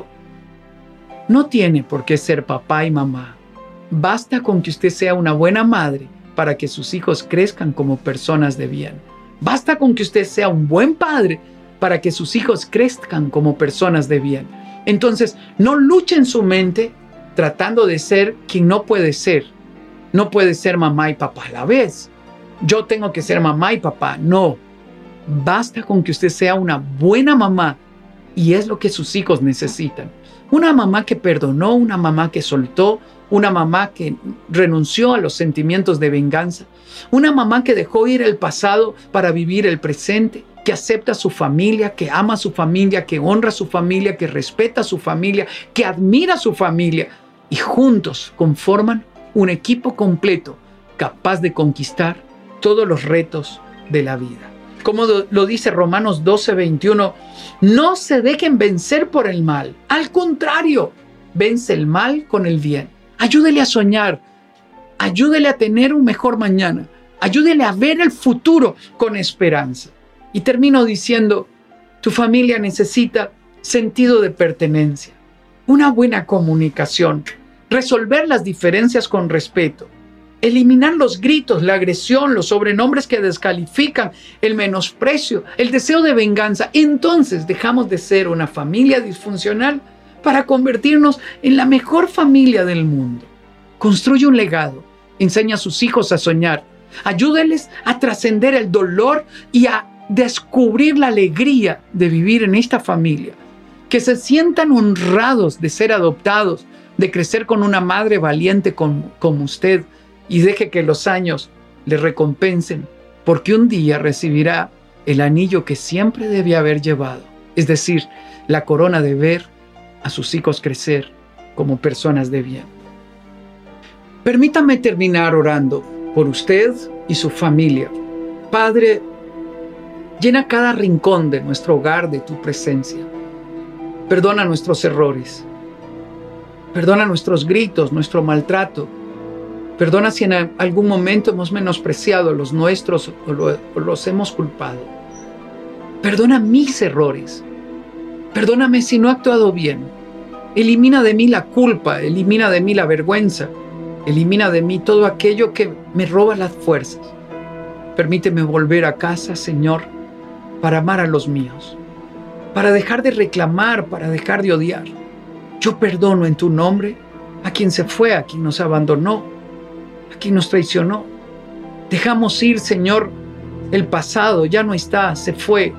No tiene por qué ser papá y mamá. Basta con que usted sea una buena madre para que sus hijos crezcan como personas de bien. Basta con que usted sea un buen padre para que sus hijos crezcan como personas de bien. Entonces, no luche en su mente tratando de ser quien no puede ser. No puede ser mamá y papá a la vez. Yo tengo que ser mamá y papá. No. Basta con que usted sea una buena mamá y es lo que sus hijos necesitan. Una mamá que perdonó, una mamá que soltó, una mamá que renunció a los sentimientos de venganza, una mamá que dejó ir el pasado para vivir el presente, que acepta a su familia, que ama a su familia, que honra a su familia, que respeta a su familia, que admira a su familia, y juntos conforman un equipo completo capaz de conquistar todos los retos de la vida. Como lo dice Romanos doce, veintiuno, no se dejen vencer por el mal. Al contrario, vence el mal con el bien. Ayúdele a soñar. Ayúdele a tener un mejor mañana. Ayúdele a ver el futuro con esperanza. Y termino diciendo, tu familia necesita sentido de pertenencia, una buena comunicación, resolver las diferencias con respeto, eliminar los gritos, la agresión, los sobrenombres que descalifican, el menosprecio, el deseo de venganza. Entonces dejamos de ser una familia disfuncional para convertirnos en la mejor familia del mundo. Construye un legado, enseña a sus hijos a soñar, ayúdeles a trascender el dolor y a descubrir la alegría de vivir en esta familia. Que se sientan honrados de ser adoptados, de crecer con una madre valiente como, como usted, y deje que los años le recompensen, porque un día recibirá el anillo que siempre debía haber llevado, es decir, la corona de ver a sus hijos crecer como personas de bien. Permítame terminar orando por usted y su familia. Padre, llena cada rincón de nuestro hogar de tu presencia. Perdona nuestros errores. Perdona nuestros gritos, nuestro maltrato. Perdona si en algún momento hemos menospreciado los nuestros o, lo, o los hemos culpado. Perdona mis errores. Perdóname si no he actuado bien. Elimina de mí la culpa, elimina de mí la vergüenza, elimina de mí todo aquello que me roba las fuerzas. Permíteme volver a casa, Señor, para amar a los míos, para dejar de reclamar, para dejar de odiar. Yo perdono en tu nombre a quien se fue, a quien nos abandonó, a quien nos traicionó. Dejamos ir, Señor, el pasado, ya no está, se fue.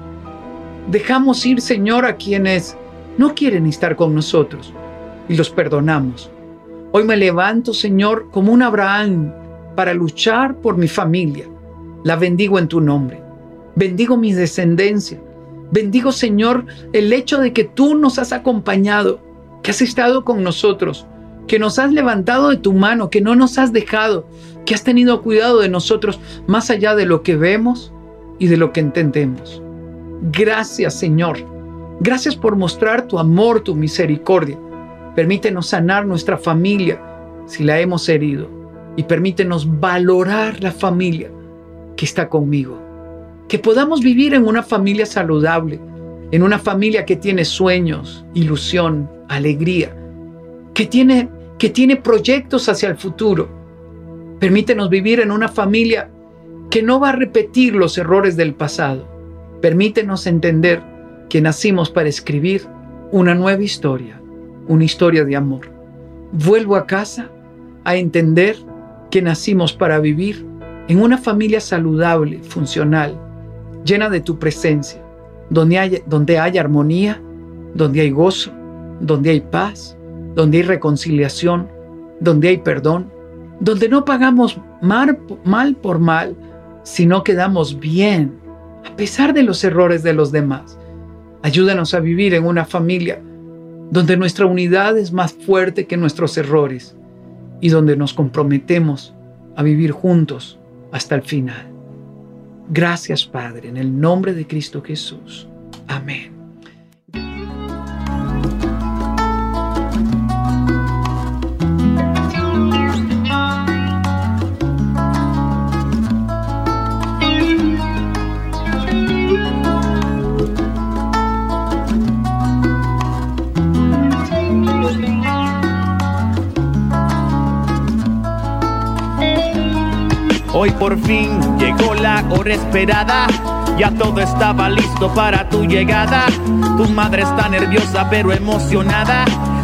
Dejamos ir, Señor, a quienes no quieren estar con nosotros y los perdonamos. Hoy me levanto, Señor, como un Abraham para luchar por mi familia. La bendigo en tu nombre. Bendigo mi descendencia. Bendigo, Señor, el hecho de que tú nos has acompañado, que has estado con nosotros, que nos has levantado de tu mano, que no nos has dejado, que has tenido cuidado de nosotros más allá de lo que vemos y de lo que entendemos. Gracias, Señor. Gracias por mostrar tu amor, tu misericordia. Permítenos sanar nuestra familia si la hemos herido y permítenos valorar la familia que está conmigo. Que podamos vivir en una familia saludable, en una familia que tiene sueños, ilusión, alegría, que tiene, que tiene proyectos hacia el futuro. Permítenos vivir en una familia que no va a repetir los errores del pasado. Permítenos entender que nacimos para escribir una nueva historia, una historia de amor. Vuelvo a casa a entender que nacimos para vivir en una familia saludable, funcional, llena de tu presencia, donde hay, donde hay armonía, donde hay gozo, donde hay paz, donde hay reconciliación, donde hay perdón, donde no pagamos mal, mal por mal, sino que damos bien, a pesar de los errores de los demás. Ayúdanos a vivir en una familia donde nuestra unidad es más fuerte que nuestros errores y donde nos comprometemos a vivir juntos hasta el final. Gracias, Padre, en el nombre de Cristo Jesús. Amén. Hoy por fin llegó la hora esperada, ya todo estaba listo para tu llegada. Tu madre está nerviosa pero emocionada,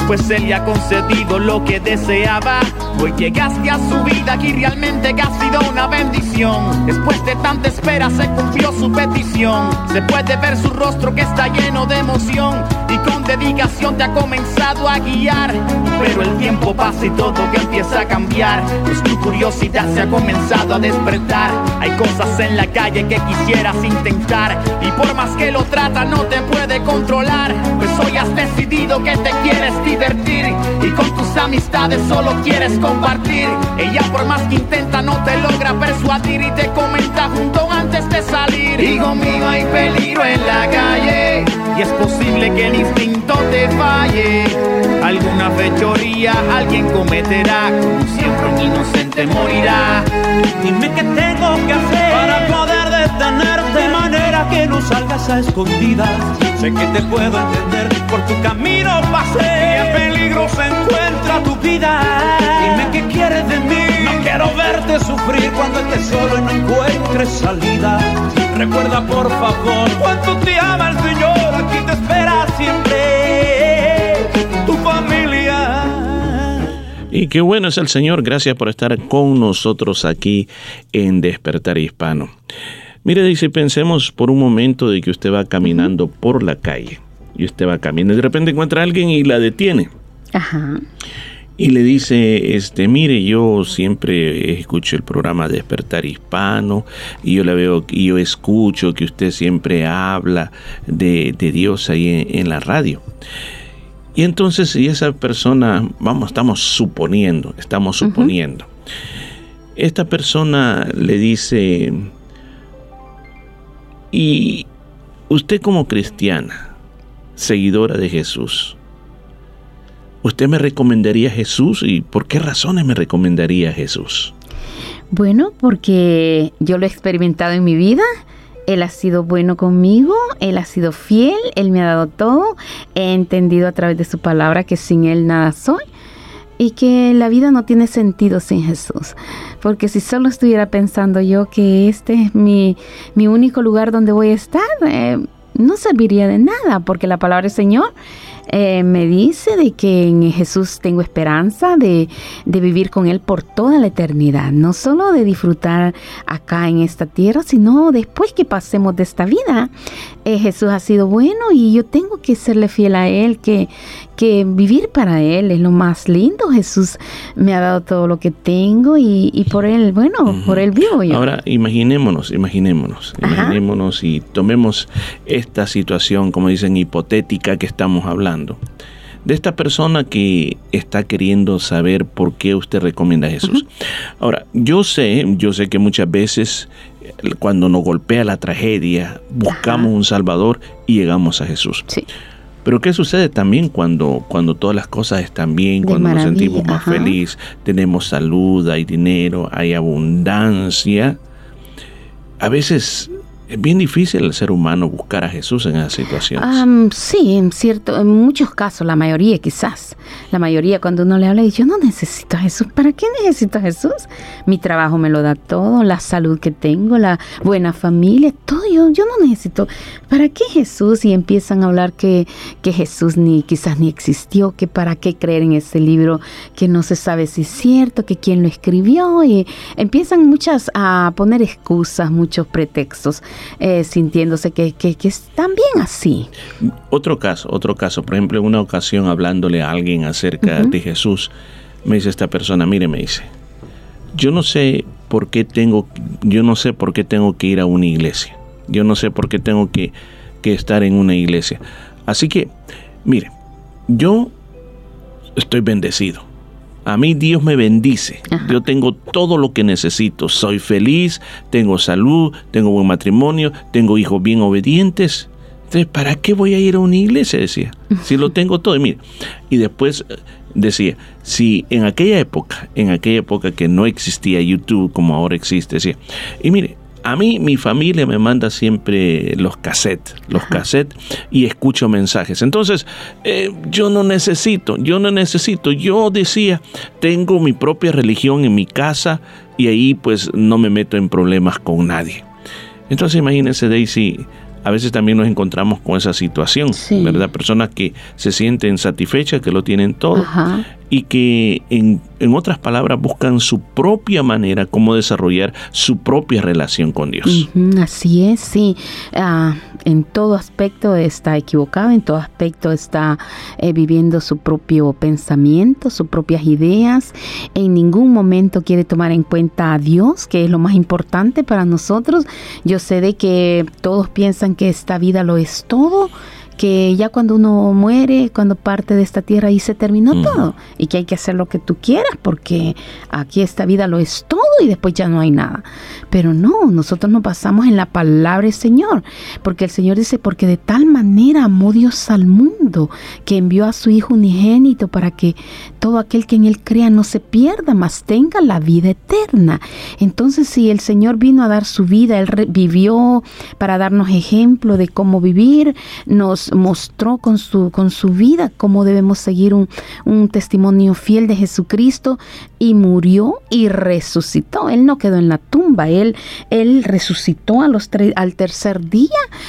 pues Él le ha concedido lo que deseaba. Hoy llegaste a su vida y realmente que ha sido una bendición. Después de tanta espera se cumplió su petición. Se puede ver su rostro que está lleno de emoción y con dedicación te ha comenzado a guiar. Pero el tiempo pasa y todo que empieza a cambiar, pues tu curiosidad se ha comenzado a despertar. Hay cosas en la calle que quisieras intentar y por más que lo trata no te puede controlar, pues hoy has decidido que te quieres divertir y con tus amistades solo quieres compartir. Ella por más que intenta no te logra persuadir y te comenta junto antes de salir: hijo mío, hay peligro en la calle y es posible que el instinto te falle. Alguna fechoría alguien cometerá, como siempre un inocente morirá. Dime qué tengo que hacer para poder detenerte, de manera que no salgas a escondidas. Sé que te puedo entender, por tu camino pasé y en peligro se encuentra tu vida. Dime qué quieres de mí, no quiero verte sufrir cuando estés solo y no encuentres salida. Recuerda por favor cuánto te ama el Señor, aquí te espera siempre tu familia. Y qué bueno es el Señor, gracias por estar con nosotros aquí en Despertar Hispano. Mire, dice, pensemos por un momento de que usted va caminando por la calle y usted va caminando y de repente encuentra a alguien y la detiene. Ajá. Y le dice, este, mire, yo siempre escucho el programa Despertar Hispano y yo la veo y yo escucho que usted siempre habla de, de Dios ahí en, en la radio. Y entonces, si esa persona, vamos, estamos suponiendo, estamos suponiendo, uh-huh. esta persona le dice, y usted como cristiana, seguidora de Jesús, ¿usted me recomendaría a Jesús? ¿Y por qué razones me recomendaría a Jesús? Bueno, porque yo lo he experimentado en mi vida. Él ha sido bueno conmigo, Él ha sido fiel, Él me ha dado todo. He entendido a través de su palabra que sin Él nada soy y que la vida no tiene sentido sin Jesús. Porque si solo estuviera pensando yo que este es mi, mi único lugar donde voy a estar, eh, no serviría de nada, porque la palabra del Señor Eh, me dice de que en Jesús tengo esperanza de, de vivir con Él por toda la eternidad, no solo de disfrutar acá en esta tierra, sino después que pasemos de esta vida. Eh, Jesús ha sido bueno y yo tengo que serle fiel a Él, que, que vivir para Él es lo más lindo. Jesús me ha dado todo lo que tengo y, y por Él, bueno, uh-huh. por Él vivo yo. Ahora, imaginémonos, imaginémonos, Ajá. imaginémonos y tomemos esta situación, como dicen, hipotética que estamos hablando. De esta persona que está queriendo saber por qué usted recomienda a Jesús. Uh-huh. Ahora, yo sé, yo sé que muchas veces cuando nos golpea la tragedia, buscamos Ajá. un Salvador y llegamos a Jesús. Sí. Pero ¿qué sucede también cuando, cuando todas las cosas están bien, de cuando maravilla. Nos sentimos más felices, tenemos salud, hay dinero, hay abundancia? A veces es bien difícil el ser humano buscar a Jesús en esas situaciones. Um, sí, en cierto, en muchos casos, la mayoría quizás, la mayoría cuando uno le habla dice, yo no necesito a Jesús. ¿Para qué necesito a Jesús? Mi trabajo me lo da todo, la salud que tengo, la buena familia, todo. Yo, yo no necesito. ¿Para qué Jesús? Y empiezan a hablar que, que Jesús ni quizás ni existió, que para qué creer en ese libro que no se sabe si es cierto, que quién lo escribió, y empiezan muchas a poner excusas, muchos pretextos. Eh, sintiéndose que, que, que están bien así. Otro caso, otro caso, por ejemplo, en una ocasión hablándole a alguien acerca uh-huh. de Jesús, me dice esta persona, mire, me dice, yo no sé por qué tengo, yo no sé por qué tengo que ir a una iglesia, yo no sé por qué tengo que, que estar en una iglesia. Así que, mire, yo estoy bendecido. A mí Dios me bendice. Ajá. Yo tengo todo lo que necesito. Soy feliz, tengo salud, tengo buen matrimonio, tengo hijos bien obedientes. Entonces, ¿para qué voy a ir a una iglesia? Decía, si lo tengo todo. Y mira, y después decía, si en aquella época, en aquella época que no existía YouTube como ahora existe, decía, y mire, a mí mi familia me manda siempre los cassettes, los Ajá. cassettes y escucho mensajes. Entonces, eh, yo no necesito, yo no necesito. Yo decía, tengo mi propia religión en mi casa y ahí pues no me meto en problemas con nadie. Entonces, imagínense, Daisy, a veces también nos encontramos con esa situación, sí. ¿verdad? Personas que se sienten satisfechas, que lo tienen todo. Ajá. Y que en, en otras palabras buscan su propia manera cómo desarrollar su propia relación con Dios. Uh-huh, así es, sí. Uh, en todo aspecto está equivocado, en todo aspecto está eh, viviendo su propio pensamiento, sus propias ideas. En ningún momento quiere tomar en cuenta a Dios, que es lo más importante para nosotros. Yo sé de que todos piensan que esta vida lo es todo, que ya cuando uno muere, cuando parte de esta tierra, ahí se terminó mm. todo, y que hay que hacer lo que tú quieras, porque aquí esta vida lo es todo y después ya no hay nada. Pero no, nosotros nos basamos en la palabra del Señor, porque el Señor dice, porque de tal manera amó Dios al mundo, que envió a su Hijo unigénito para que todo aquel que en Él crea no se pierda, mas tenga la vida eterna. Entonces, si el Señor vino a dar su vida, Él vivió para darnos ejemplo de cómo vivir, nos mostró con su, con su vida cómo debemos seguir un, un testimonio fiel de Jesucristo, y murió y resucitó. Él no quedó en la tumba, Él, él resucitó a los tre- al tercer día,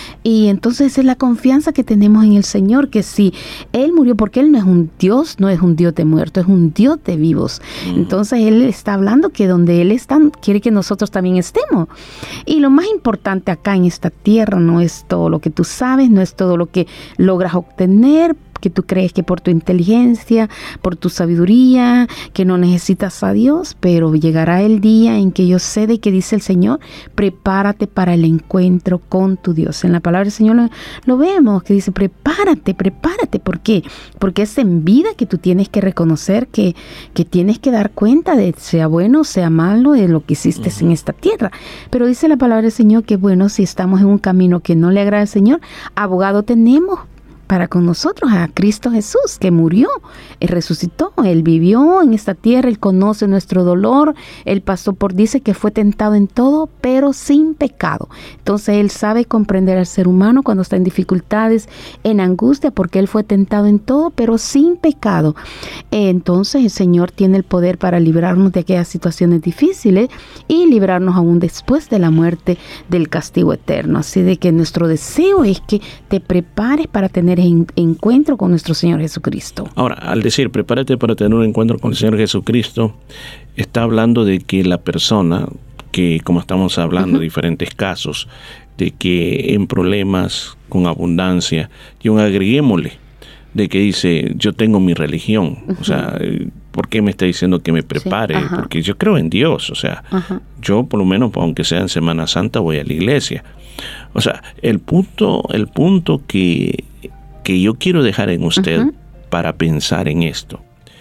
y entonces es la confianza que tenemos en el Señor, que si Él murió, porque Él no es un Dios, no es un Dios de muertos, es un Dios de vivos. Mm. Entonces Él está hablando que donde Él está, quiere que nosotros también estemos. Y lo más importante acá en esta tierra no es todo lo que tú sabes, no es todo lo que logras obtener, que tú crees que por tu inteligencia, por tu sabiduría, que no necesitas a Dios, pero llegará el día en que yo sé de que dice el Señor, prepárate para el encuentro con tu Dios. En la palabra del Señor lo, lo vemos, que dice, prepárate, prepárate. ¿Por qué? Porque es en vida que tú tienes que reconocer que, que tienes que dar cuenta de sea bueno o sea malo de lo que hiciste uh-huh. en esta tierra. Pero dice la palabra del Señor que bueno, si estamos en un camino que no le agrada al Señor, abogado tenemos para con nosotros a Cristo Jesús, que murió y resucitó. Él vivió en esta tierra, Él conoce nuestro dolor, Él pasó por, dice que fue tentado en todo, pero sin pecado. Entonces Él sabe comprender al ser humano cuando está en dificultades, en angustia, porque Él fue tentado en todo, pero sin pecado. Entonces el Señor tiene el poder para librarnos de aquellas situaciones difíciles y librarnos aún después de la muerte del castigo eterno. Así de que nuestro deseo es que te prepares para tener en encuentro con nuestro Señor Jesucristo. Ahora, al decir prepárate para tener un encuentro con el Señor Jesucristo, está hablando de que la persona que, como estamos hablando, uh-huh. de diferentes casos, de que en problemas con abundancia, y un agreguémosle, de que dice, yo tengo mi religión, uh-huh. o sea, ¿por qué me está diciendo que me prepare? Sí, porque yo creo en Dios, o sea, uh-huh. yo por lo menos, aunque sea en Semana Santa, voy a la iglesia. O sea, el punto, el punto que que yo quiero dejar en usted uh-huh. para pensar en esto,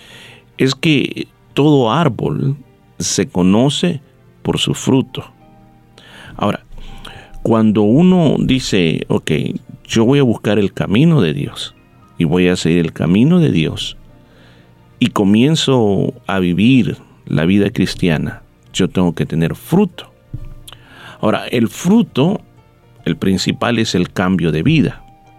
es que todo árbol se conoce por su fruto. Ahora, cuando uno dice, ok, yo voy a buscar el camino de Dios, y voy a seguir el camino de Dios, y comienzo a vivir la vida cristiana, yo tengo que tener fruto. Ahora, el fruto, el principal es el cambio de vida.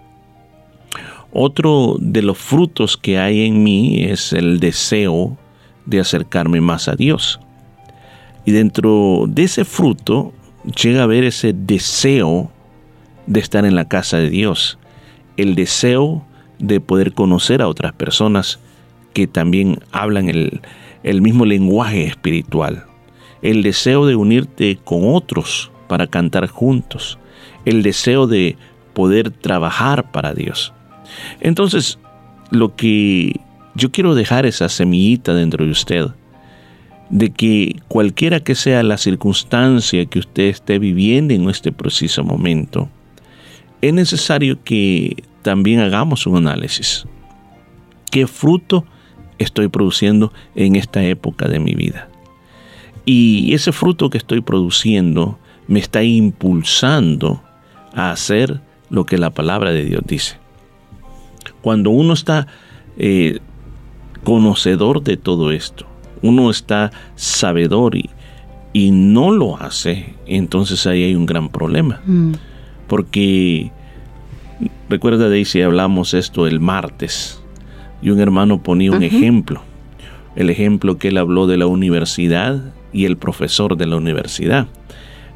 Otro de los frutos que hay en mí es el deseo de acercarme más a Dios. Y dentro de ese fruto llega a haber ese deseo de estar en la casa de Dios. El deseo de poder conocer a otras personas que también hablan el, el mismo lenguaje espiritual. El deseo de unirte con otros para cantar juntos. El deseo de poder trabajar para Dios. Entonces, lo que yo quiero dejar esa semillita dentro de usted, de que cualquiera que sea la circunstancia que usted esté viviendo en este preciso momento, es necesario que también hagamos un análisis. ¿Qué fruto estoy produciendo en esta época de mi vida? Y ese fruto que estoy produciendo me está impulsando a hacer lo que la palabra de Dios dice. Cuando uno está eh, conocedor de todo esto, uno está sabedor y, y no lo hace, entonces ahí hay un gran problema. Mm. Porque, recuerda, Daisy, hablamos esto el martes, y un hermano ponía un uh-huh. ejemplo. El ejemplo que él habló de la universidad y el profesor de la universidad,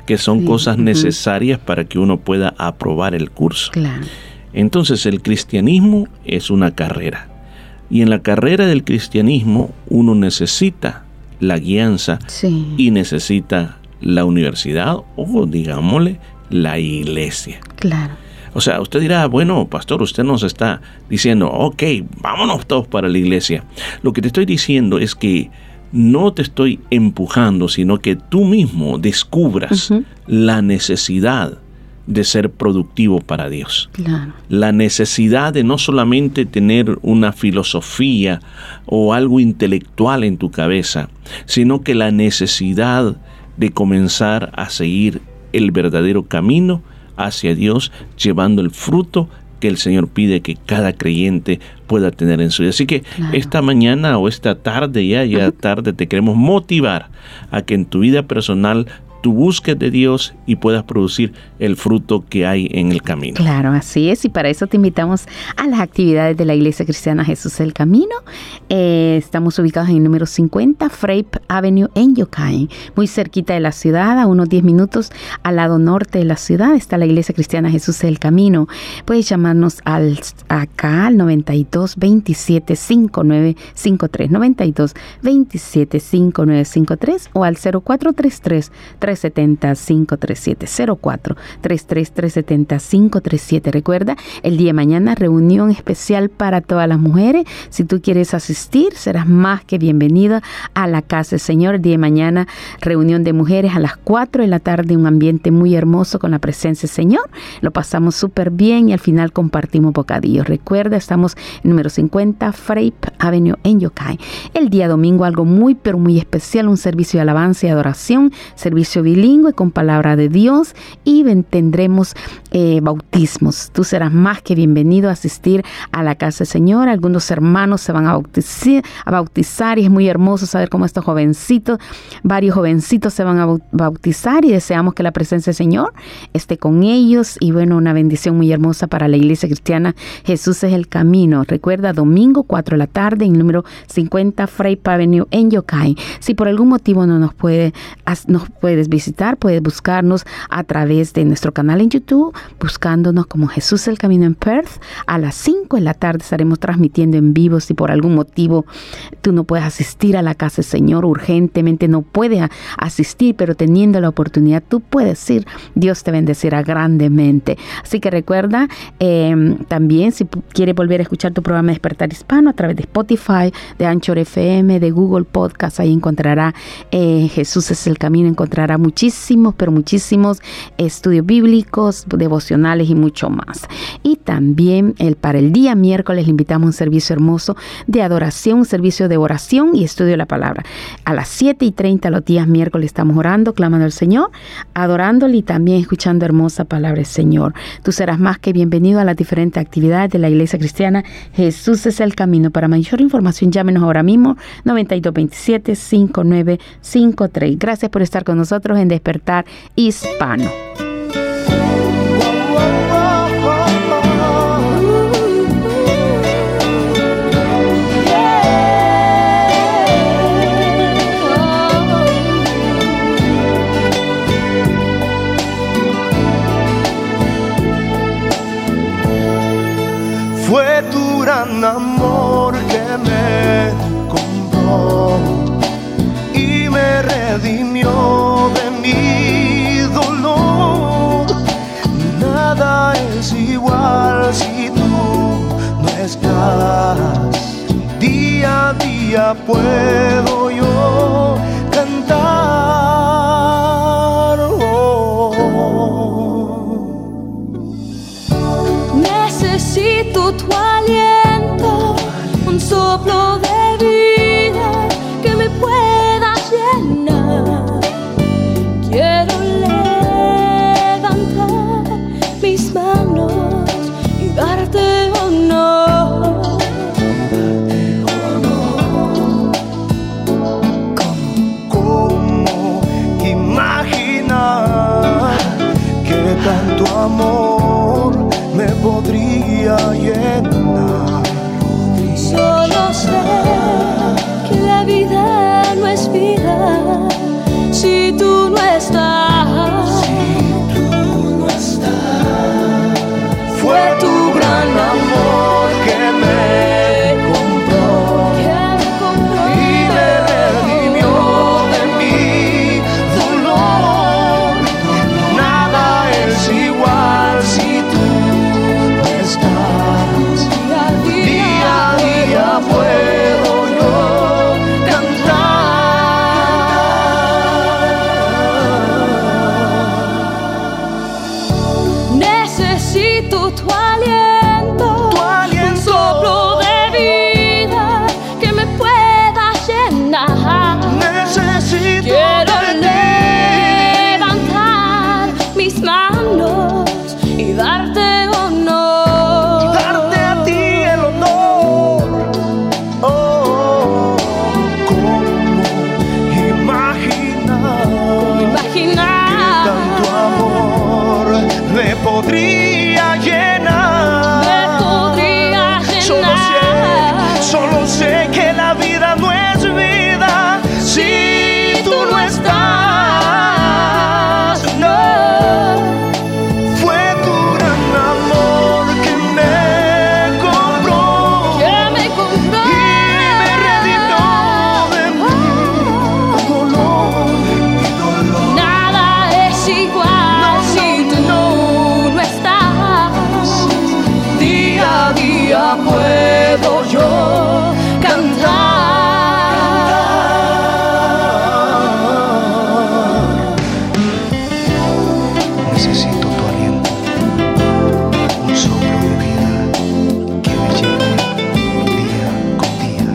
que son Sí. cosas Ujú. necesarias para que uno pueda aprobar el curso. Claro. Entonces el cristianismo es una carrera. Y en la carrera del cristianismo uno necesita la guianza Sí. y necesita la universidad o, digámosle, la iglesia. Claro. O sea, usted dirá, bueno, pastor, usted nos está diciendo, ok, vámonos todos para la iglesia. Lo que te estoy diciendo es que no te estoy empujando, sino que tú mismo descubras Ujú. la necesidad de ser productivo para Dios. Claro. La necesidad de no solamente tener una filosofía o algo intelectual en tu cabeza, sino que la necesidad de comenzar a seguir el verdadero camino hacia Dios, llevando el fruto que el Señor pide que cada creyente pueda tener en su vida. Así que Claro. esta mañana o esta tarde, ya, ya Ujú. tarde, te queremos motivar a que en tu vida personal tú busques de Dios y puedas producir el fruto que hay en el camino. Claro, así es, y para eso te invitamos a las actividades de la Iglesia Cristiana Jesús el Camino. Eh, estamos ubicados en el número cincuenta Frape Avenue en Yokain, muy cerquita de la ciudad, a unos diez minutos al lado norte de la ciudad está la Iglesia Cristiana Jesús el Camino. Puedes llamarnos al acá al noventa y dos veintisiete cincuenta y nueve cincuenta y tres, noventa y dos veintisiete cincuenta y nueve cincuenta y tres o al cero cuatro tres tres tres siete cero cinco tres siete, cero cuatro tres tres tres siete cero cinco tres siete. Recuerda, el día de mañana reunión especial para todas las mujeres. Si tú quieres asistir, serás más que bienvenida a la casa del Señor. El día de mañana reunión de mujeres a las cuatro de la tarde, un ambiente muy hermoso con la presencia del Señor. Lo pasamos súper bien y al final compartimos bocadillos. Recuerda, estamos en número cincuenta Frape Avenue en Yokain. El día domingo algo muy pero muy especial, un servicio de alabanza y adoración, servicio bilingüe con palabra de Dios y tendremos eh, bautismos. Tú serás más que bienvenido a asistir a la casa del Señor. Algunos hermanos se van a bautizar, a bautizar y es muy hermoso saber cómo estos jovencitos, varios jovencitos se van a bautizar y deseamos que la presencia del Señor esté con ellos y bueno, una bendición muy hermosa para la Iglesia Cristiana Jesús es el Camino. Recuerda, domingo cuatro de la tarde en número cincuenta Frape Avenue en Yokain. Si por algún motivo no nos puede nos puedes visitar, puedes buscarnos a través de nuestro canal en YouTube, buscándonos como Jesús el Camino en Perth. A las cinco de la tarde estaremos transmitiendo en vivo. Si por algún motivo tú no puedes asistir a la casa del Señor, urgentemente no puedes asistir, pero teniendo la oportunidad tú puedes ir, Dios te bendecirá grandemente. Así que recuerda, eh, también si quieres volver a escuchar tu programa Despertar Hispano a través de Spotify, de Anchor F M, de Google Podcast, ahí encontrará eh, Jesús es el Camino, encontrará muchísimos, pero muchísimos estudios bíblicos, devocionales y mucho más. Y también el, para el día miércoles le invitamos a un servicio hermoso de adoración, un servicio de oración y estudio de la palabra. A las siete y treinta los días miércoles estamos orando, clamando al Señor, adorándole y también escuchando hermosa palabra del Señor. Tú serás más que bienvenido a las diferentes actividades de la Iglesia Cristiana Jesús es el Camino. Para mayor información, llámenos ahora mismo, noventa y dos veintisiete cincuenta y nueve cincuenta y tres. Gracias por estar con nosotros en Despertar Hispano. Fue tu gran amor que me compró y me redimió de mi dolor. Nada es igual si tú no estás. Día a día puedo yo cantar. Oh. Necesito tu aliento, un soplo de vida que me pueda llenar. Quiero levantar mis manos y darte honor. ¿Cómo imaginar que tanto amor me podría llenar? Solo sé que la vida no es vida si tú no estás. tu aliento, tu aliento. Un soplo de vida que me pueda llenar. Necesito Quiero de ti. levantar mis manos y darte honor. Darte a ti el honor. Oh, ¿cómo imaginar? ¿Cómo imaginar? Que tanto amor me podría llenar. Me podría llenar. Solo sé, solo sé que la vida no es vida si tú no estás. No. Fue tu gran amor que me compró. Que me compró. Y me redimió de mi dolor, mi dolor. Nada es igual si tú no estás. Día a día puedo yo cantar. Necesito tu aliento, un soplo de vida que me llene día con día.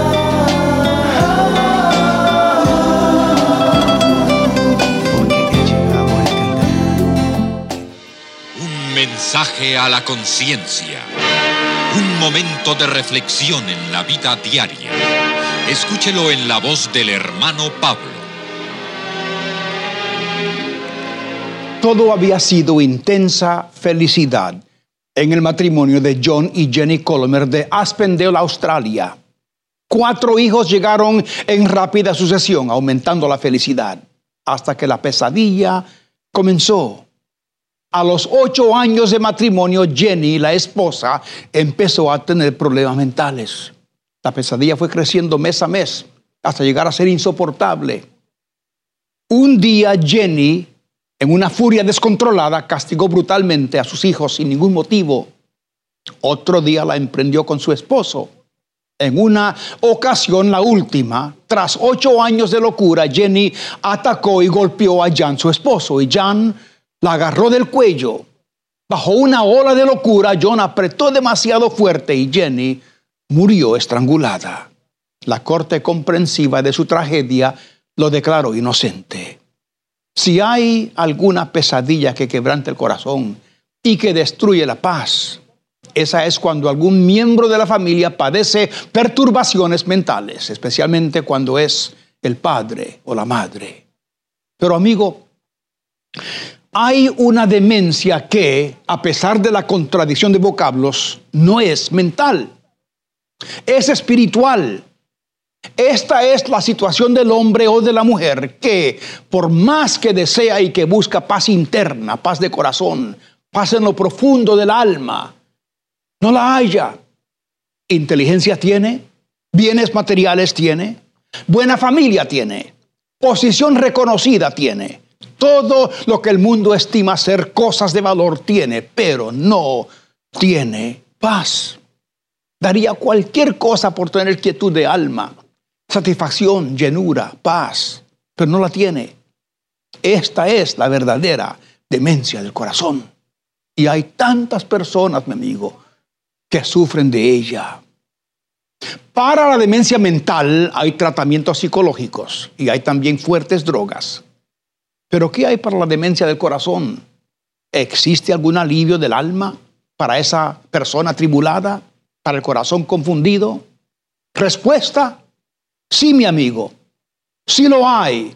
Porque he llegado a entender. Un mensaje a la conciencia. Un momento de reflexión en la vida diaria. Escúchelo en la voz del hermano Pablo. Todo había sido intensa felicidad en el matrimonio de John y Jenny Colomer de Aspendale, Australia. Cuatro hijos llegaron en rápida sucesión, aumentando la felicidad, hasta que la pesadilla comenzó. A los ocho años de matrimonio, Jenny, la esposa, empezó a tener problemas mentales. La pesadilla fue creciendo mes a mes, hasta llegar a ser insoportable. Un día, Jenny, en una furia descontrolada, castigó brutalmente a sus hijos sin ningún motivo. Otro día la emprendió con su esposo. En una ocasión, la última, tras ocho años de locura, Jenny atacó y golpeó a Jan, su esposo, y Jan la agarró del cuello. Bajo una ola de locura, John apretó demasiado fuerte y Jenny murió estrangulada. La corte comprensiva de su tragedia lo declaró inocente. Si hay alguna pesadilla que quebrante el corazón y que destruye la paz, esa es cuando algún miembro de la familia padece perturbaciones mentales, especialmente cuando es el padre o la madre. Pero amigo, hay una demencia que, a pesar de la contradicción de vocablos, no es mental, es espiritual. Esta es la situación del hombre o de la mujer que, por más que desea y que busca paz interna, paz de corazón, paz en lo profundo del alma, no la haya. Inteligencia tiene, bienes materiales tiene, buena familia tiene, posición reconocida tiene. Todo lo que el mundo estima ser cosas de valor tiene, pero no tiene paz. Daría cualquier cosa por tener quietud de alma, satisfacción, llenura, paz, pero no la tiene. Esta es la verdadera demencia del corazón. Y hay tantas personas, mi amigo, que sufren de ella. Para la demencia mental hay tratamientos psicológicos y hay también fuertes drogas. Pero ¿qué hay para la demencia del corazón? ¿Existe algún alivio del alma para esa persona atribulada, para el corazón confundido? Respuesta: sí, mi amigo, sí lo hay.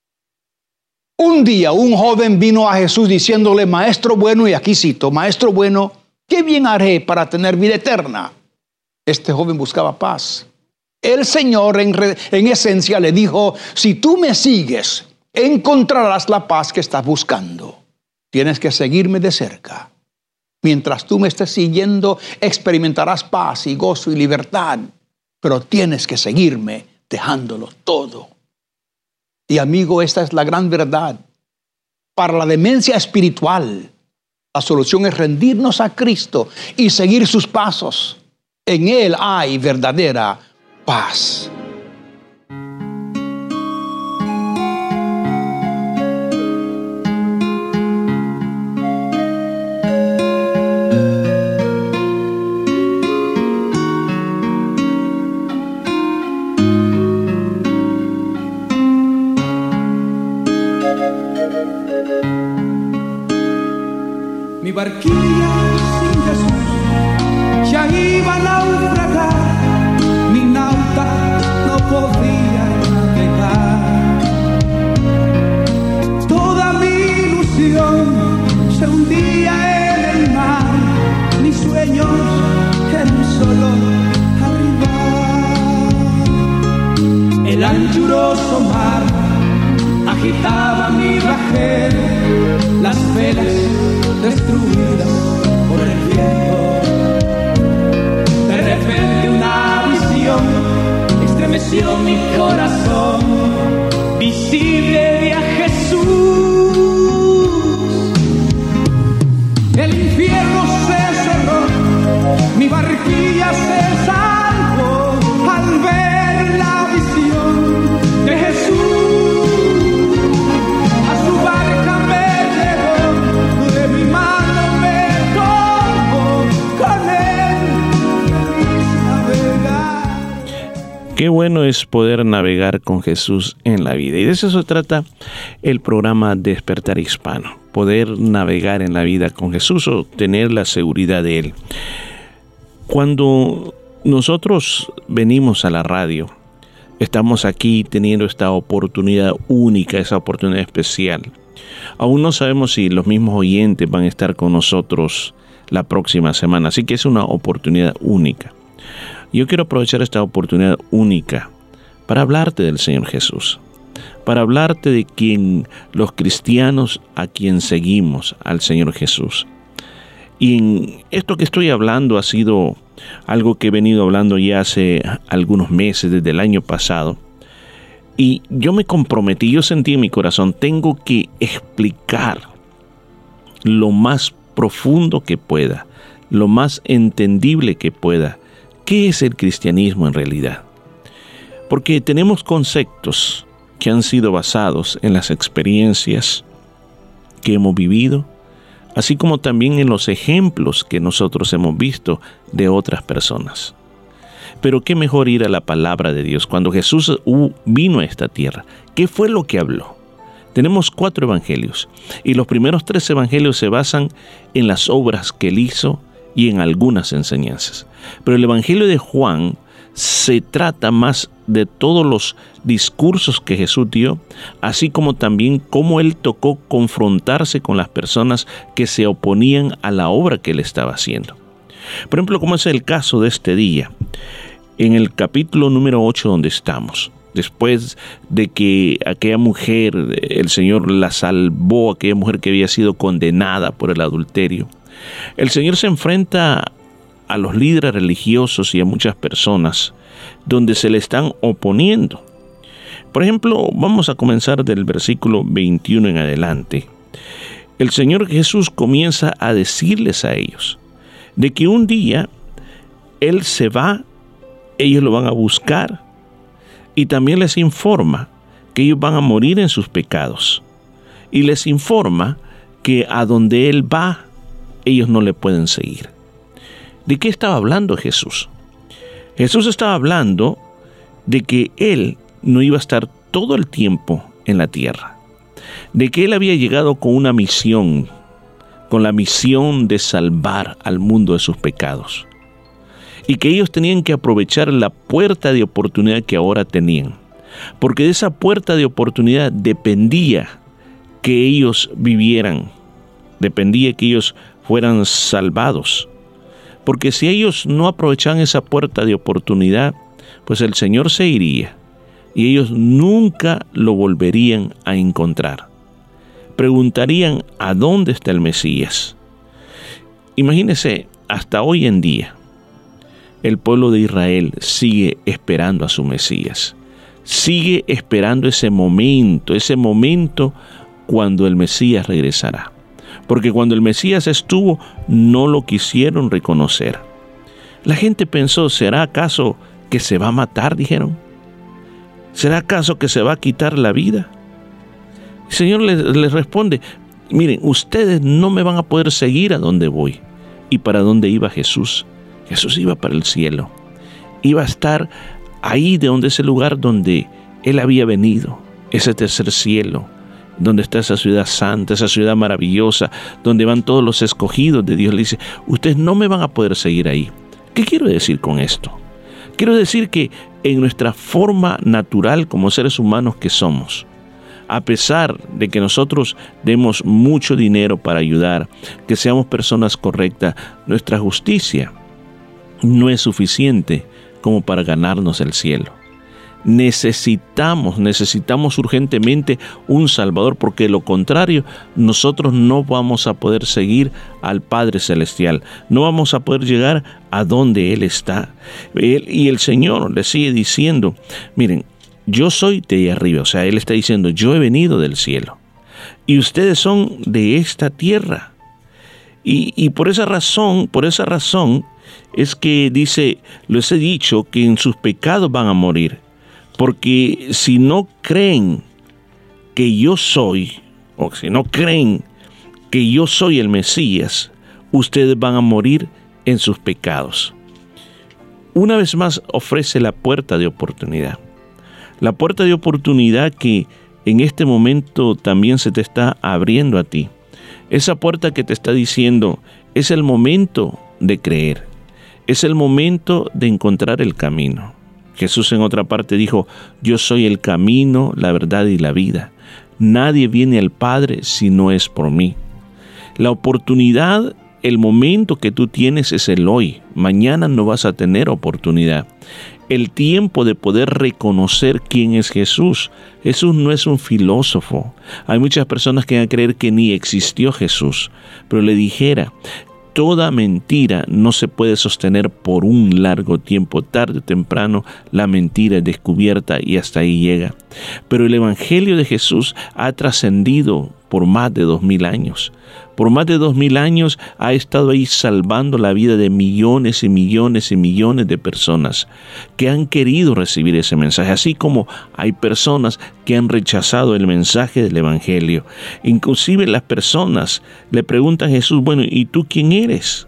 Un día un joven vino a Jesús diciéndole: Maestro bueno, y aquí cito, Maestro bueno, ¿qué bien haré para tener vida eterna? Este joven buscaba paz. El Señor en, re, en esencia le dijo: si tú me sigues, encontrarás la paz que estás buscando. Tienes que seguirme de cerca. Mientras tú me estés siguiendo, experimentarás paz y gozo y libertad. Pero tienes que seguirme dejándolo todo. Y amigo, esta es la gran verdad. Para la demencia espiritual, la solución es rendirnos a Cristo y seguir sus pasos. En Él hay verdadera paz. barquilla sin Jesús ya iba a naufragar, mi nauta no podía navegar. Toda mi ilusión se hundía en el mar, mis sueños eran solo arribar. El anchuroso mar agitaba mi bajel, las velas destruidas por el viento. De repente una visión estremeció mi corazón, visible vi a Jesús. El infierno se cerró, mi barquilla se salvó al ver la visión de Jesús. Qué bueno es poder navegar con Jesús en la vida. Y de eso se trata el programa Despertar Hispano. Poder navegar en la vida con Jesús o tener la seguridad de Él. Cuando nosotros venimos a la radio, estamos aquí teniendo esta oportunidad única, esa oportunidad especial. Aún no sabemos si los mismos oyentes van a estar con nosotros la próxima semana, así que es una oportunidad única. Yo quiero aprovechar esta oportunidad única para hablarte del Señor Jesús, para hablarte de quien los cristianos a quien seguimos, al Señor Jesús. Y en esto que estoy hablando ha sido algo que he venido hablando ya hace algunos meses, desde el año pasado. Y yo me comprometí, yo sentí en mi corazón, tengo que explicar lo más profundo que pueda, lo más entendible que pueda, ¿qué es el cristianismo en realidad? Porque tenemos conceptos que han sido basados en las experiencias que hemos vivido, así como también en los ejemplos que nosotros hemos visto de otras personas. Pero qué mejor ir a la palabra de Dios. Cuando Jesús vino a esta tierra, ¿qué fue lo que habló? Tenemos cuatro evangelios y los primeros tres evangelios se basan en las obras que él hizo y en algunas enseñanzas. Pero el Evangelio de Juan se trata más de todos los discursos que Jesús dio, así como también cómo él tocó confrontarse con las personas que se oponían a la obra que él estaba haciendo. Por ejemplo, como es el caso de este día, en el capítulo número ocho donde estamos, después de que aquella mujer, el Señor la salvó, aquella mujer que había sido condenada por el adulterio, el Señor se enfrenta a los líderes religiosos y a muchas personas donde se le están oponiendo. Por ejemplo, vamos a comenzar del versículo veintiuno en adelante. El Señor Jesús comienza a decirles a ellos de que un día Él se va, ellos lo van a buscar y también les informa que ellos van a morir en sus pecados y les informa que a donde Él va, ellos no le pueden seguir. ¿De qué estaba hablando Jesús? Jesús estaba hablando de que Él no iba a estar todo el tiempo en la tierra, de que Él había llegado con una misión, con la misión de salvar al mundo de sus pecados, y que ellos tenían que aprovechar la puerta de oportunidad que ahora tenían, porque de esa puerta de oportunidad dependía que ellos vivieran, dependía que ellos fueran salvados. Porque si ellos no aprovechaban esa puerta de oportunidad, pues el Señor se iría y ellos nunca lo volverían a encontrar. Preguntarían ¿a dónde está el Mesías? Imagínense, hasta hoy en día, el pueblo de Israel sigue esperando a su Mesías. Sigue esperando ese momento, ese momento cuando el Mesías regresará. Porque cuando el Mesías estuvo, no lo quisieron reconocer. La gente pensó, ¿será acaso que se va a matar? Dijeron. ¿Será acaso que se va a quitar la vida? El Señor les, les responde, miren, ustedes no me van a poder seguir a donde voy. ¿Y para dónde iba Jesús? Jesús iba para el cielo. Iba a estar ahí de donde ese lugar donde Él había venido, ese tercer cielo, donde está esa ciudad santa, esa ciudad maravillosa, donde van todos los escogidos de Dios. Le dice, ustedes no me van a poder seguir ahí. ¿Qué quiero decir con esto? Quiero decir que en nuestra forma natural como seres humanos que somos, a pesar de que nosotros demos mucho dinero para ayudar, que seamos personas correctas, nuestra justicia no es suficiente como para ganarnos el cielo. Necesitamos, necesitamos urgentemente un Salvador, porque de lo contrario nosotros no vamos a poder seguir al Padre Celestial, no vamos a poder llegar a donde Él está. Él, y el Señor le sigue diciendo, miren, yo soy de ahí arriba, o sea, Él está diciendo, yo he venido del cielo y ustedes son de esta tierra. Y, y por esa razón, por esa razón es que dice, les he dicho que en sus pecados van a morir. Porque si no creen que yo soy, o si no creen que yo soy el Mesías, ustedes van a morir en sus pecados. Una vez más ofrece la puerta de oportunidad. La puerta de oportunidad que en este momento también se te está abriendo a ti. Esa puerta que te está diciendo, es el momento de creer. Es el momento de encontrar el camino. Jesús en otra parte dijo, yo soy el camino, la verdad y la vida. Nadie viene al Padre si no es por mí. La oportunidad, el momento que tú tienes es el hoy. Mañana no vas a tener oportunidad. El tiempo de poder reconocer quién es Jesús. Jesús no es un filósofo. Hay muchas personas que van a creer que ni existió Jesús. Pero le dijera, toda mentira no se puede sostener por un largo tiempo. Tarde o temprano la mentira es descubierta y hasta ahí llega. Pero el Evangelio de Jesús ha trascendido por más de dos mil años. Por más de dos mil años ha estado ahí salvando la vida de millones y millones y millones de personas que han querido recibir ese mensaje, así como hay personas que han rechazado el mensaje del Evangelio. Inclusive las personas le preguntan a Jesús, bueno, ¿y tú quién eres?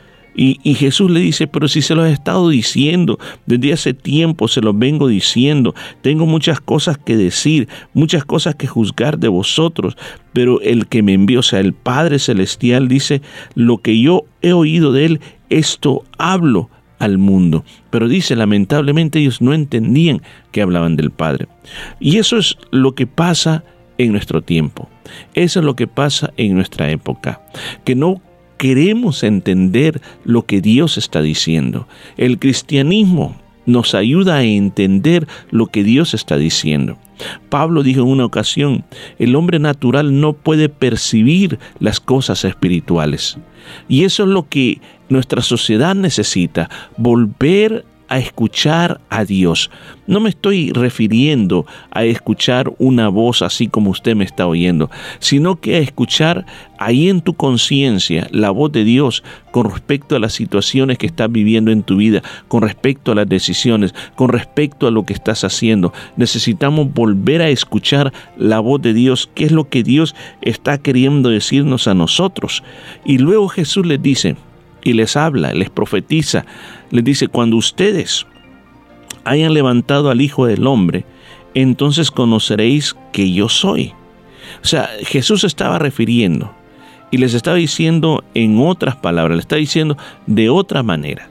Y, y Jesús le dice, pero si se los he estado diciendo, desde hace tiempo se los vengo diciendo, tengo muchas cosas que decir, muchas cosas que juzgar de vosotros, pero el que me envió, o sea, el Padre Celestial dice, lo que yo he oído de Él, esto hablo al mundo. Pero dice, lamentablemente ellos no entendían que hablaban del Padre. Y eso es lo que pasa en nuestro tiempo, eso es lo que pasa en nuestra época, que no queremos entender lo que Dios está diciendo. El cristianismo nos ayuda a entender lo que Dios está diciendo. Pablo dijo en una ocasión, el hombre natural no puede percibir las cosas espirituales. Y eso es lo que nuestra sociedad necesita, volver a escuchar a Dios. No me estoy refiriendo a escuchar una voz así como usted me está oyendo, sino que a escuchar ahí en tu conciencia la voz de Dios con respecto a las situaciones que estás viviendo en tu vida, con respecto a las decisiones, con respecto a lo que estás haciendo. Necesitamos volver a escuchar la voz de Dios, qué es lo que Dios está queriendo decirnos a nosotros. Y luego Jesús les dice, y les habla, les profetiza, les dice, cuando ustedes hayan levantado al Hijo del Hombre, entonces conoceréis que yo soy. O sea, Jesús estaba refiriendo y les estaba diciendo en otras palabras, les está diciendo de otra manera,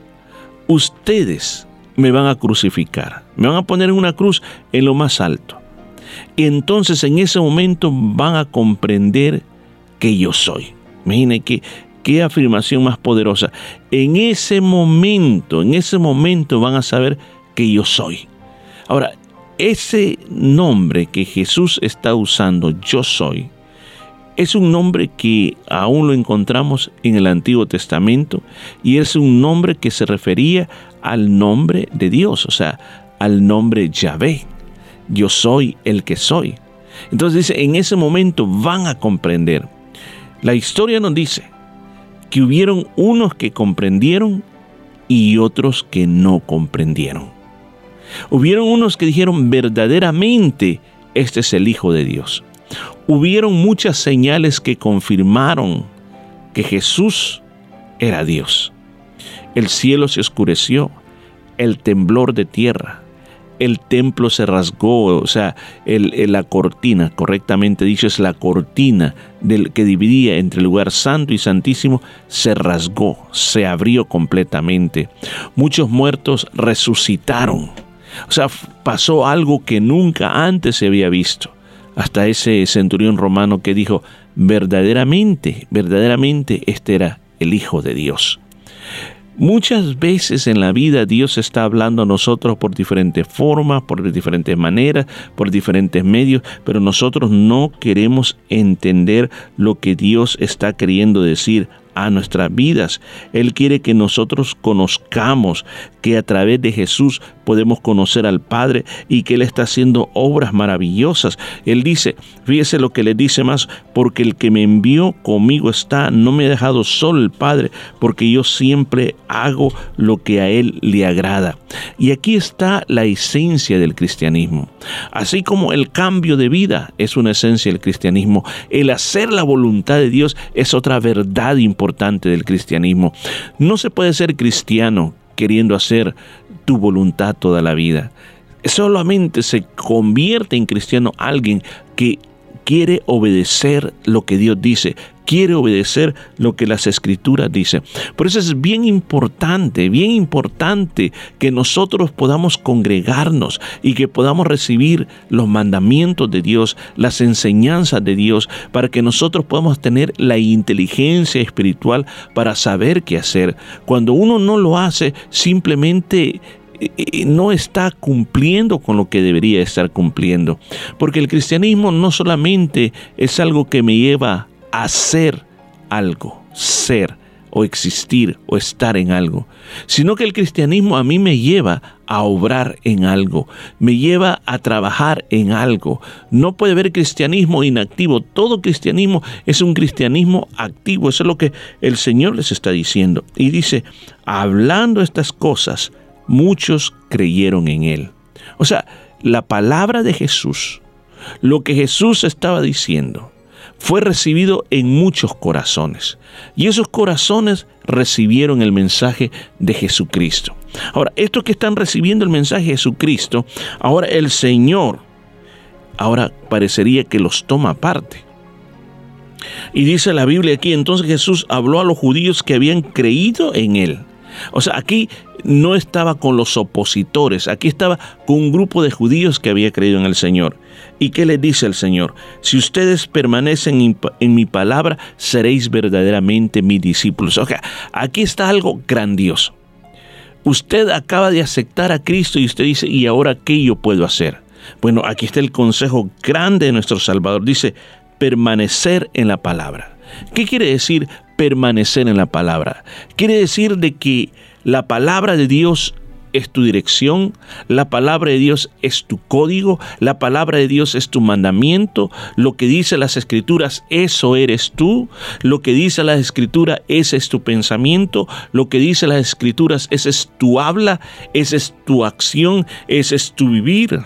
ustedes me van a crucificar, me van a poner en una cruz en lo más alto. Y entonces en ese momento van a comprender que yo soy. Imaginen que qué afirmación más poderosa. En ese momento, en ese momento van a saber que yo soy. Ahora, ese nombre que Jesús está usando, yo soy, es un nombre que aún lo encontramos en el Antiguo Testamento y es un nombre que se refería al nombre de Dios, o sea, al nombre Yahvé. Yo soy el que soy. Entonces dice, en ese momento van a comprender. La historia nos dice que hubieron unos que comprendieron y otros que no comprendieron. Hubieron unos que dijeron verdaderamente este es el Hijo de Dios. Hubieron muchas señales que confirmaron que Jesús era Dios. El cielo se oscureció, el temblor de tierra, el templo se rasgó, o sea, el, el, la cortina, correctamente dicho, es la cortina del, que dividía entre el lugar santo y santísimo, se rasgó, se abrió completamente. Muchos muertos resucitaron. O sea, pasó algo que nunca antes se había visto. Hasta ese centurión romano que dijo, verdaderamente, verdaderamente este era el Hijo de Dios. Muchas veces en la vida Dios está hablando a nosotros por diferentes formas, por diferentes maneras, por diferentes medios, pero nosotros no queremos entender lo que Dios está queriendo decir a nuestras vidas. Él quiere que nosotros conozcamos que a través de Jesús podemos conocer al Padre y que Él está haciendo obras maravillosas. Él dice, fíjese lo que le dice más, porque el que me envió conmigo está, no me ha dejado solo el Padre, porque yo siempre hago lo que a Él le agrada. Y aquí está la esencia del cristianismo. Así como el cambio de vida es una esencia del cristianismo, el hacer la voluntad de Dios es otra verdad importante del cristianismo. No se puede ser cristiano queriendo hacer tu voluntad toda la vida. Solamente se convierte en cristiano alguien que quiere obedecer lo que Dios dice, quiere obedecer lo que las Escrituras dicen. Por eso es bien importante, bien importante que nosotros podamos congregarnos y que podamos recibir los mandamientos de Dios, las enseñanzas de Dios, para que nosotros podamos tener la inteligencia espiritual para saber qué hacer. Cuando uno no lo hace, simplemente no está cumpliendo con lo que debería estar cumpliendo. Porque el cristianismo no solamente es algo que me lleva a hacer algo, ser o existir o estar en algo, sino que el cristianismo a mí me lleva a obrar en algo, me lleva a trabajar en algo. No puede haber cristianismo inactivo. Todo cristianismo es un cristianismo activo. Eso es lo que el Señor les está diciendo. Y dice, hablando estas cosas, muchos creyeron en Él. O sea, la palabra de Jesús, lo que Jesús estaba diciendo, fue recibido en muchos corazones. Y esos corazones recibieron el mensaje de Jesucristo. Ahora, estos que están recibiendo el mensaje de Jesucristo, ahora el Señor, ahora parecería que los toma aparte. Y dice la Biblia aquí, entonces Jesús habló a los judíos que habían creído en Él. O sea, aquí no estaba con los opositores, aquí estaba con un grupo de judíos que había creído en el Señor. ¿Y qué les dice el Señor? Si ustedes permanecen en mi palabra, seréis verdaderamente mis discípulos. O sea, aquí está algo grandioso. Usted acaba de aceptar a Cristo y usted dice, ¿y ahora qué yo puedo hacer? Bueno, aquí está el consejo grande de nuestro Salvador. Dice, permanecer en la palabra. ¿Qué quiere decir permanecer en la palabra? Quiere decir de que la palabra de Dios es tu dirección, la palabra de Dios es tu código, la palabra de Dios es tu mandamiento, lo que dice las Escrituras, eso eres tú, lo que dice las Escrituras, ese es tu pensamiento, lo que dice las Escrituras, ese es tu habla, esa es tu acción, ese es tu vivir.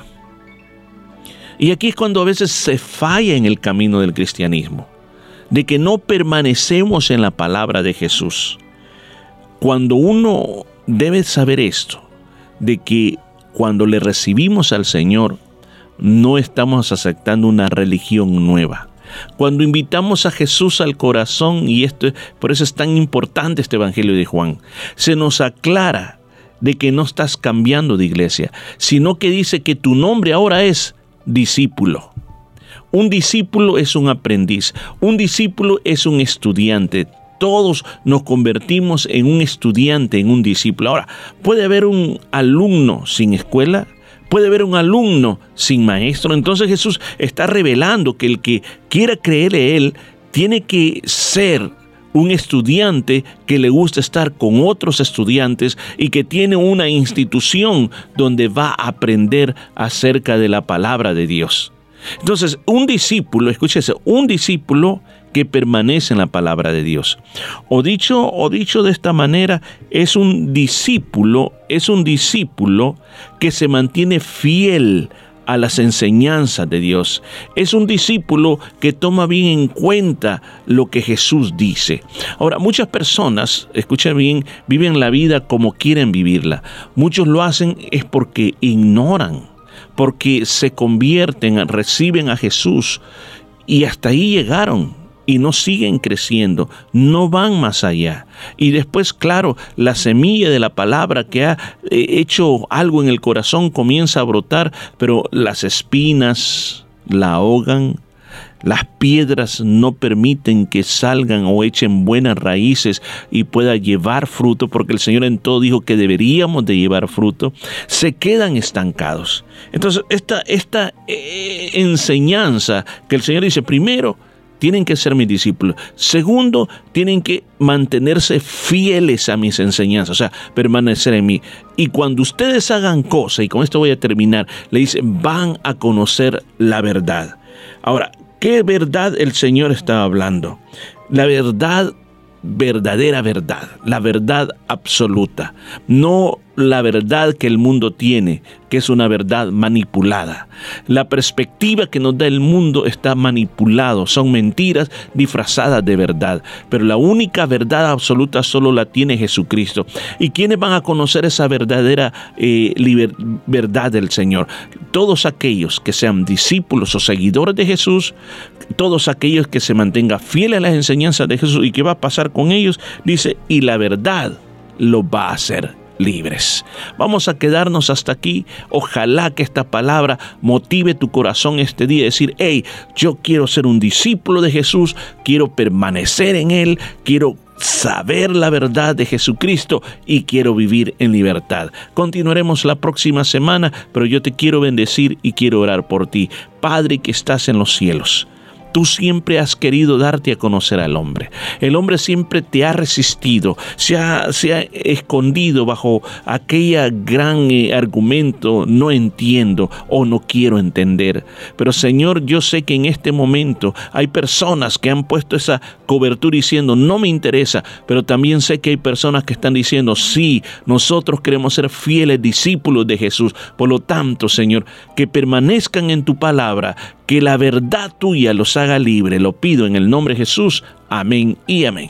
Y aquí es cuando a veces se falla en el camino del cristianismo, de que no permanecemos en la palabra de Jesús. Cuando uno debe saber esto, de que cuando le recibimos al Señor, no estamos aceptando una religión nueva. Cuando invitamos a Jesús al corazón, y esto, por eso es tan importante este Evangelio de Juan, se nos aclara de que no estás cambiando de iglesia, sino que dice que tu nombre ahora es discípulo. Un discípulo es un aprendiz, un discípulo es un estudiante. Todos nos convertimos en un estudiante, en un discípulo. Ahora, ¿puede haber un alumno sin escuela? ¿Puede haber un alumno sin maestro? Entonces Jesús está revelando que el que quiera creerle a Él tiene que ser un estudiante que le gusta estar con otros estudiantes y que tiene una institución donde va a aprender acerca de la palabra de Dios. Entonces, un discípulo, escúchese, un discípulo que permanece en la palabra de Dios. O dicho, o dicho de esta manera, es un discípulo, es un discípulo que se mantiene fiel a las enseñanzas de Dios. Es un discípulo que toma bien en cuenta lo que Jesús dice. Ahora, muchas personas, escuchen bien, viven la vida como quieren vivirla. Muchos lo hacen es porque ignoran, porque se convierten, reciben a Jesús y hasta ahí llegaron. Y no siguen creciendo, no van más allá. Y después, claro, la semilla de la palabra que ha hecho algo en el corazón comienza a brotar, pero las espinas la ahogan, las piedras no permiten que salgan o echen buenas raíces y pueda llevar fruto, porque el Señor en todo dijo que deberíamos de llevar fruto. Se quedan estancados. Entonces, esta, esta eh, enseñanza que el Señor dice, primero, tienen que ser mis discípulos. Segundo, tienen que mantenerse fieles a mis enseñanzas, o sea, permanecer en mí. Y cuando ustedes hagan cosas, y con esto voy a terminar, le dice, van a conocer la verdad. Ahora, ¿qué verdad el Señor está hablando? La verdad, verdadera verdad, la verdad absoluta, no la verdad que el mundo tiene, que es una verdad manipulada. La perspectiva que nos da el mundo está manipulado, son mentiras disfrazadas de verdad, pero la única verdad absoluta solo la tiene Jesucristo. ¿Y quiénes van a conocer esa verdadera eh, liber- verdad del Señor? Todos aquellos que sean discípulos o seguidores de Jesús, todos aquellos que se mantengan fieles a las enseñanzas de Jesús. ¿Y qué va a pasar con ellos? Dice, y la verdad los va a hacer libres. Vamos a quedarnos hasta aquí. Ojalá que esta palabra motive tu corazón este día, decir, hey, yo quiero ser un discípulo de Jesús, quiero permanecer en Él, quiero saber la verdad de Jesucristo y quiero vivir en libertad. Continuaremos la próxima semana, pero yo te quiero bendecir y quiero orar por ti. Padre que estás en los cielos, tú siempre has querido darte a conocer al hombre. El hombre siempre te ha resistido, se ha, se ha escondido bajo aquella gran eh, argumento, no entiendo o no quiero entender. Pero Señor, yo sé que en este momento hay personas que han puesto esa cobertura diciendo, no me interesa, pero también sé que hay personas que están diciendo, sí, nosotros queremos ser fieles discípulos de Jesús. Por lo tanto, Señor, que permanezcan en tu palabra, que la verdad tuya los haga libre. Lo pido en el nombre de Jesús. Amén y amén.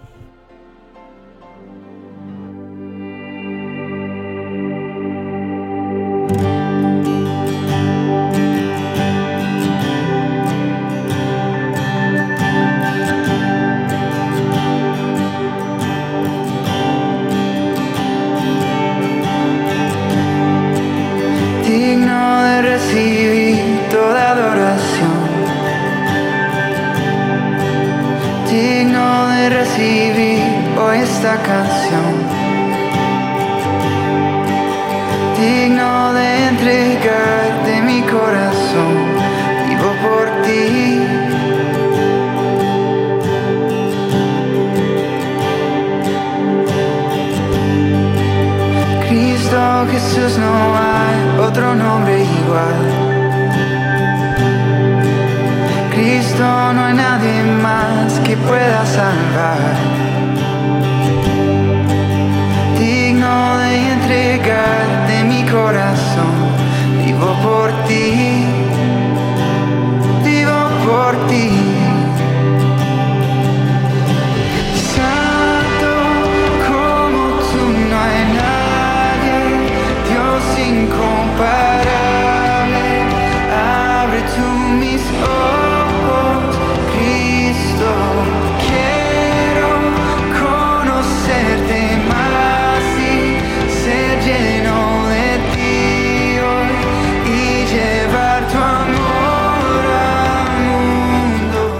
Digno de recibir toda adoración, digno de recibir hoy esta canción, digno de entregarte mi corazón, vivo por ti. Cristo Jesús, no hay otro nombre igual. Cristo, no hay nadie más que pueda salvar. Digno de entregarte mi corazón, vivo por ti, vivo por ti. Santo como tú no hay nadie, Dios incomparable. Abre tú mis ojos, quiero conocerte más y ser lleno de ti hoy y llevar tu amor al mundo.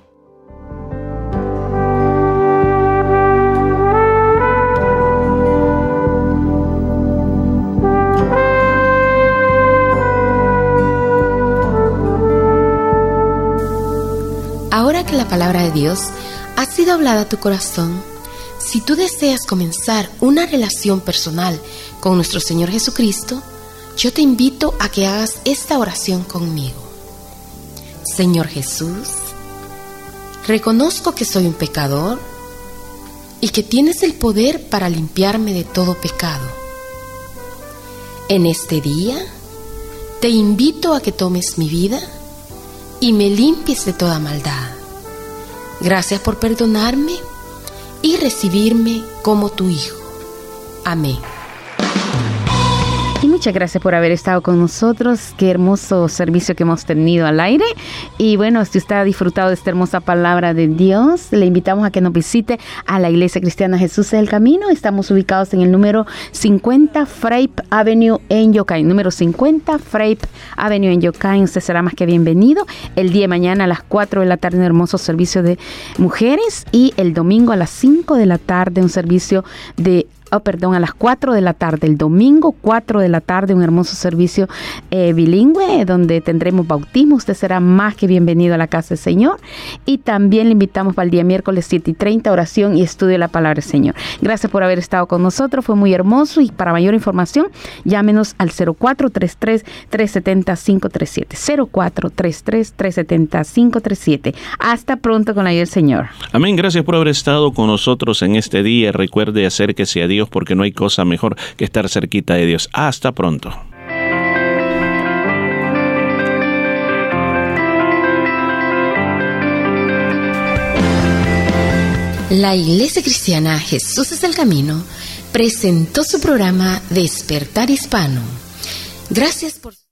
Ahora que la palabra de Dios ha sido hablada a tu corazón, si tú deseas comenzar una relación personal con nuestro Señor Jesucristo, yo te invito a que hagas esta oración conmigo. Señor Jesús, reconozco que soy un pecador y que tienes el poder para limpiarme de todo pecado. En este día, te invito a que tomes mi vida y me limpies de toda maldad. Gracias por perdonarme y recibirme como tu hijo. Amén. Y muchas gracias por haber estado con nosotros. Qué hermoso servicio que hemos tenido al aire. Y bueno, si usted ha disfrutado de esta hermosa palabra de Dios, le invitamos a que nos visite a la Iglesia Cristiana Jesús es el Camino. Estamos ubicados en el número cincuenta Frape Avenue en Yokain. Número cincuenta Frape Avenue en Yokain. Usted será más que bienvenido. El día de mañana a las cuatro de la tarde un hermoso servicio de mujeres. Y el domingo a las cinco de la tarde un servicio de Oh, perdón, a las cuatro de la tarde, el domingo cuatro de la tarde, un hermoso servicio eh, bilingüe donde tendremos bautismo. Usted será más que bienvenido a la casa del Señor. Y también le invitamos para el día miércoles siete y treinta, oración y estudio de la palabra del Señor. Gracias por haber estado con nosotros, fue muy hermoso. Y para mayor información, llámenos al cero cuatro tres tres, tres siete cero, cinco tres siete. cero cuatro tres tres, tres siete cero, cinco tres siete. Hasta pronto con la ayuda del Señor. Amén. Gracias por haber estado con nosotros en este día. Recuerde acérquese a Dios, porque no hay cosa mejor que estar cerquita de Dios. Hasta pronto. La Iglesia Cristiana Jesús es el Camino presentó su programa Despertar Hispano. Gracias por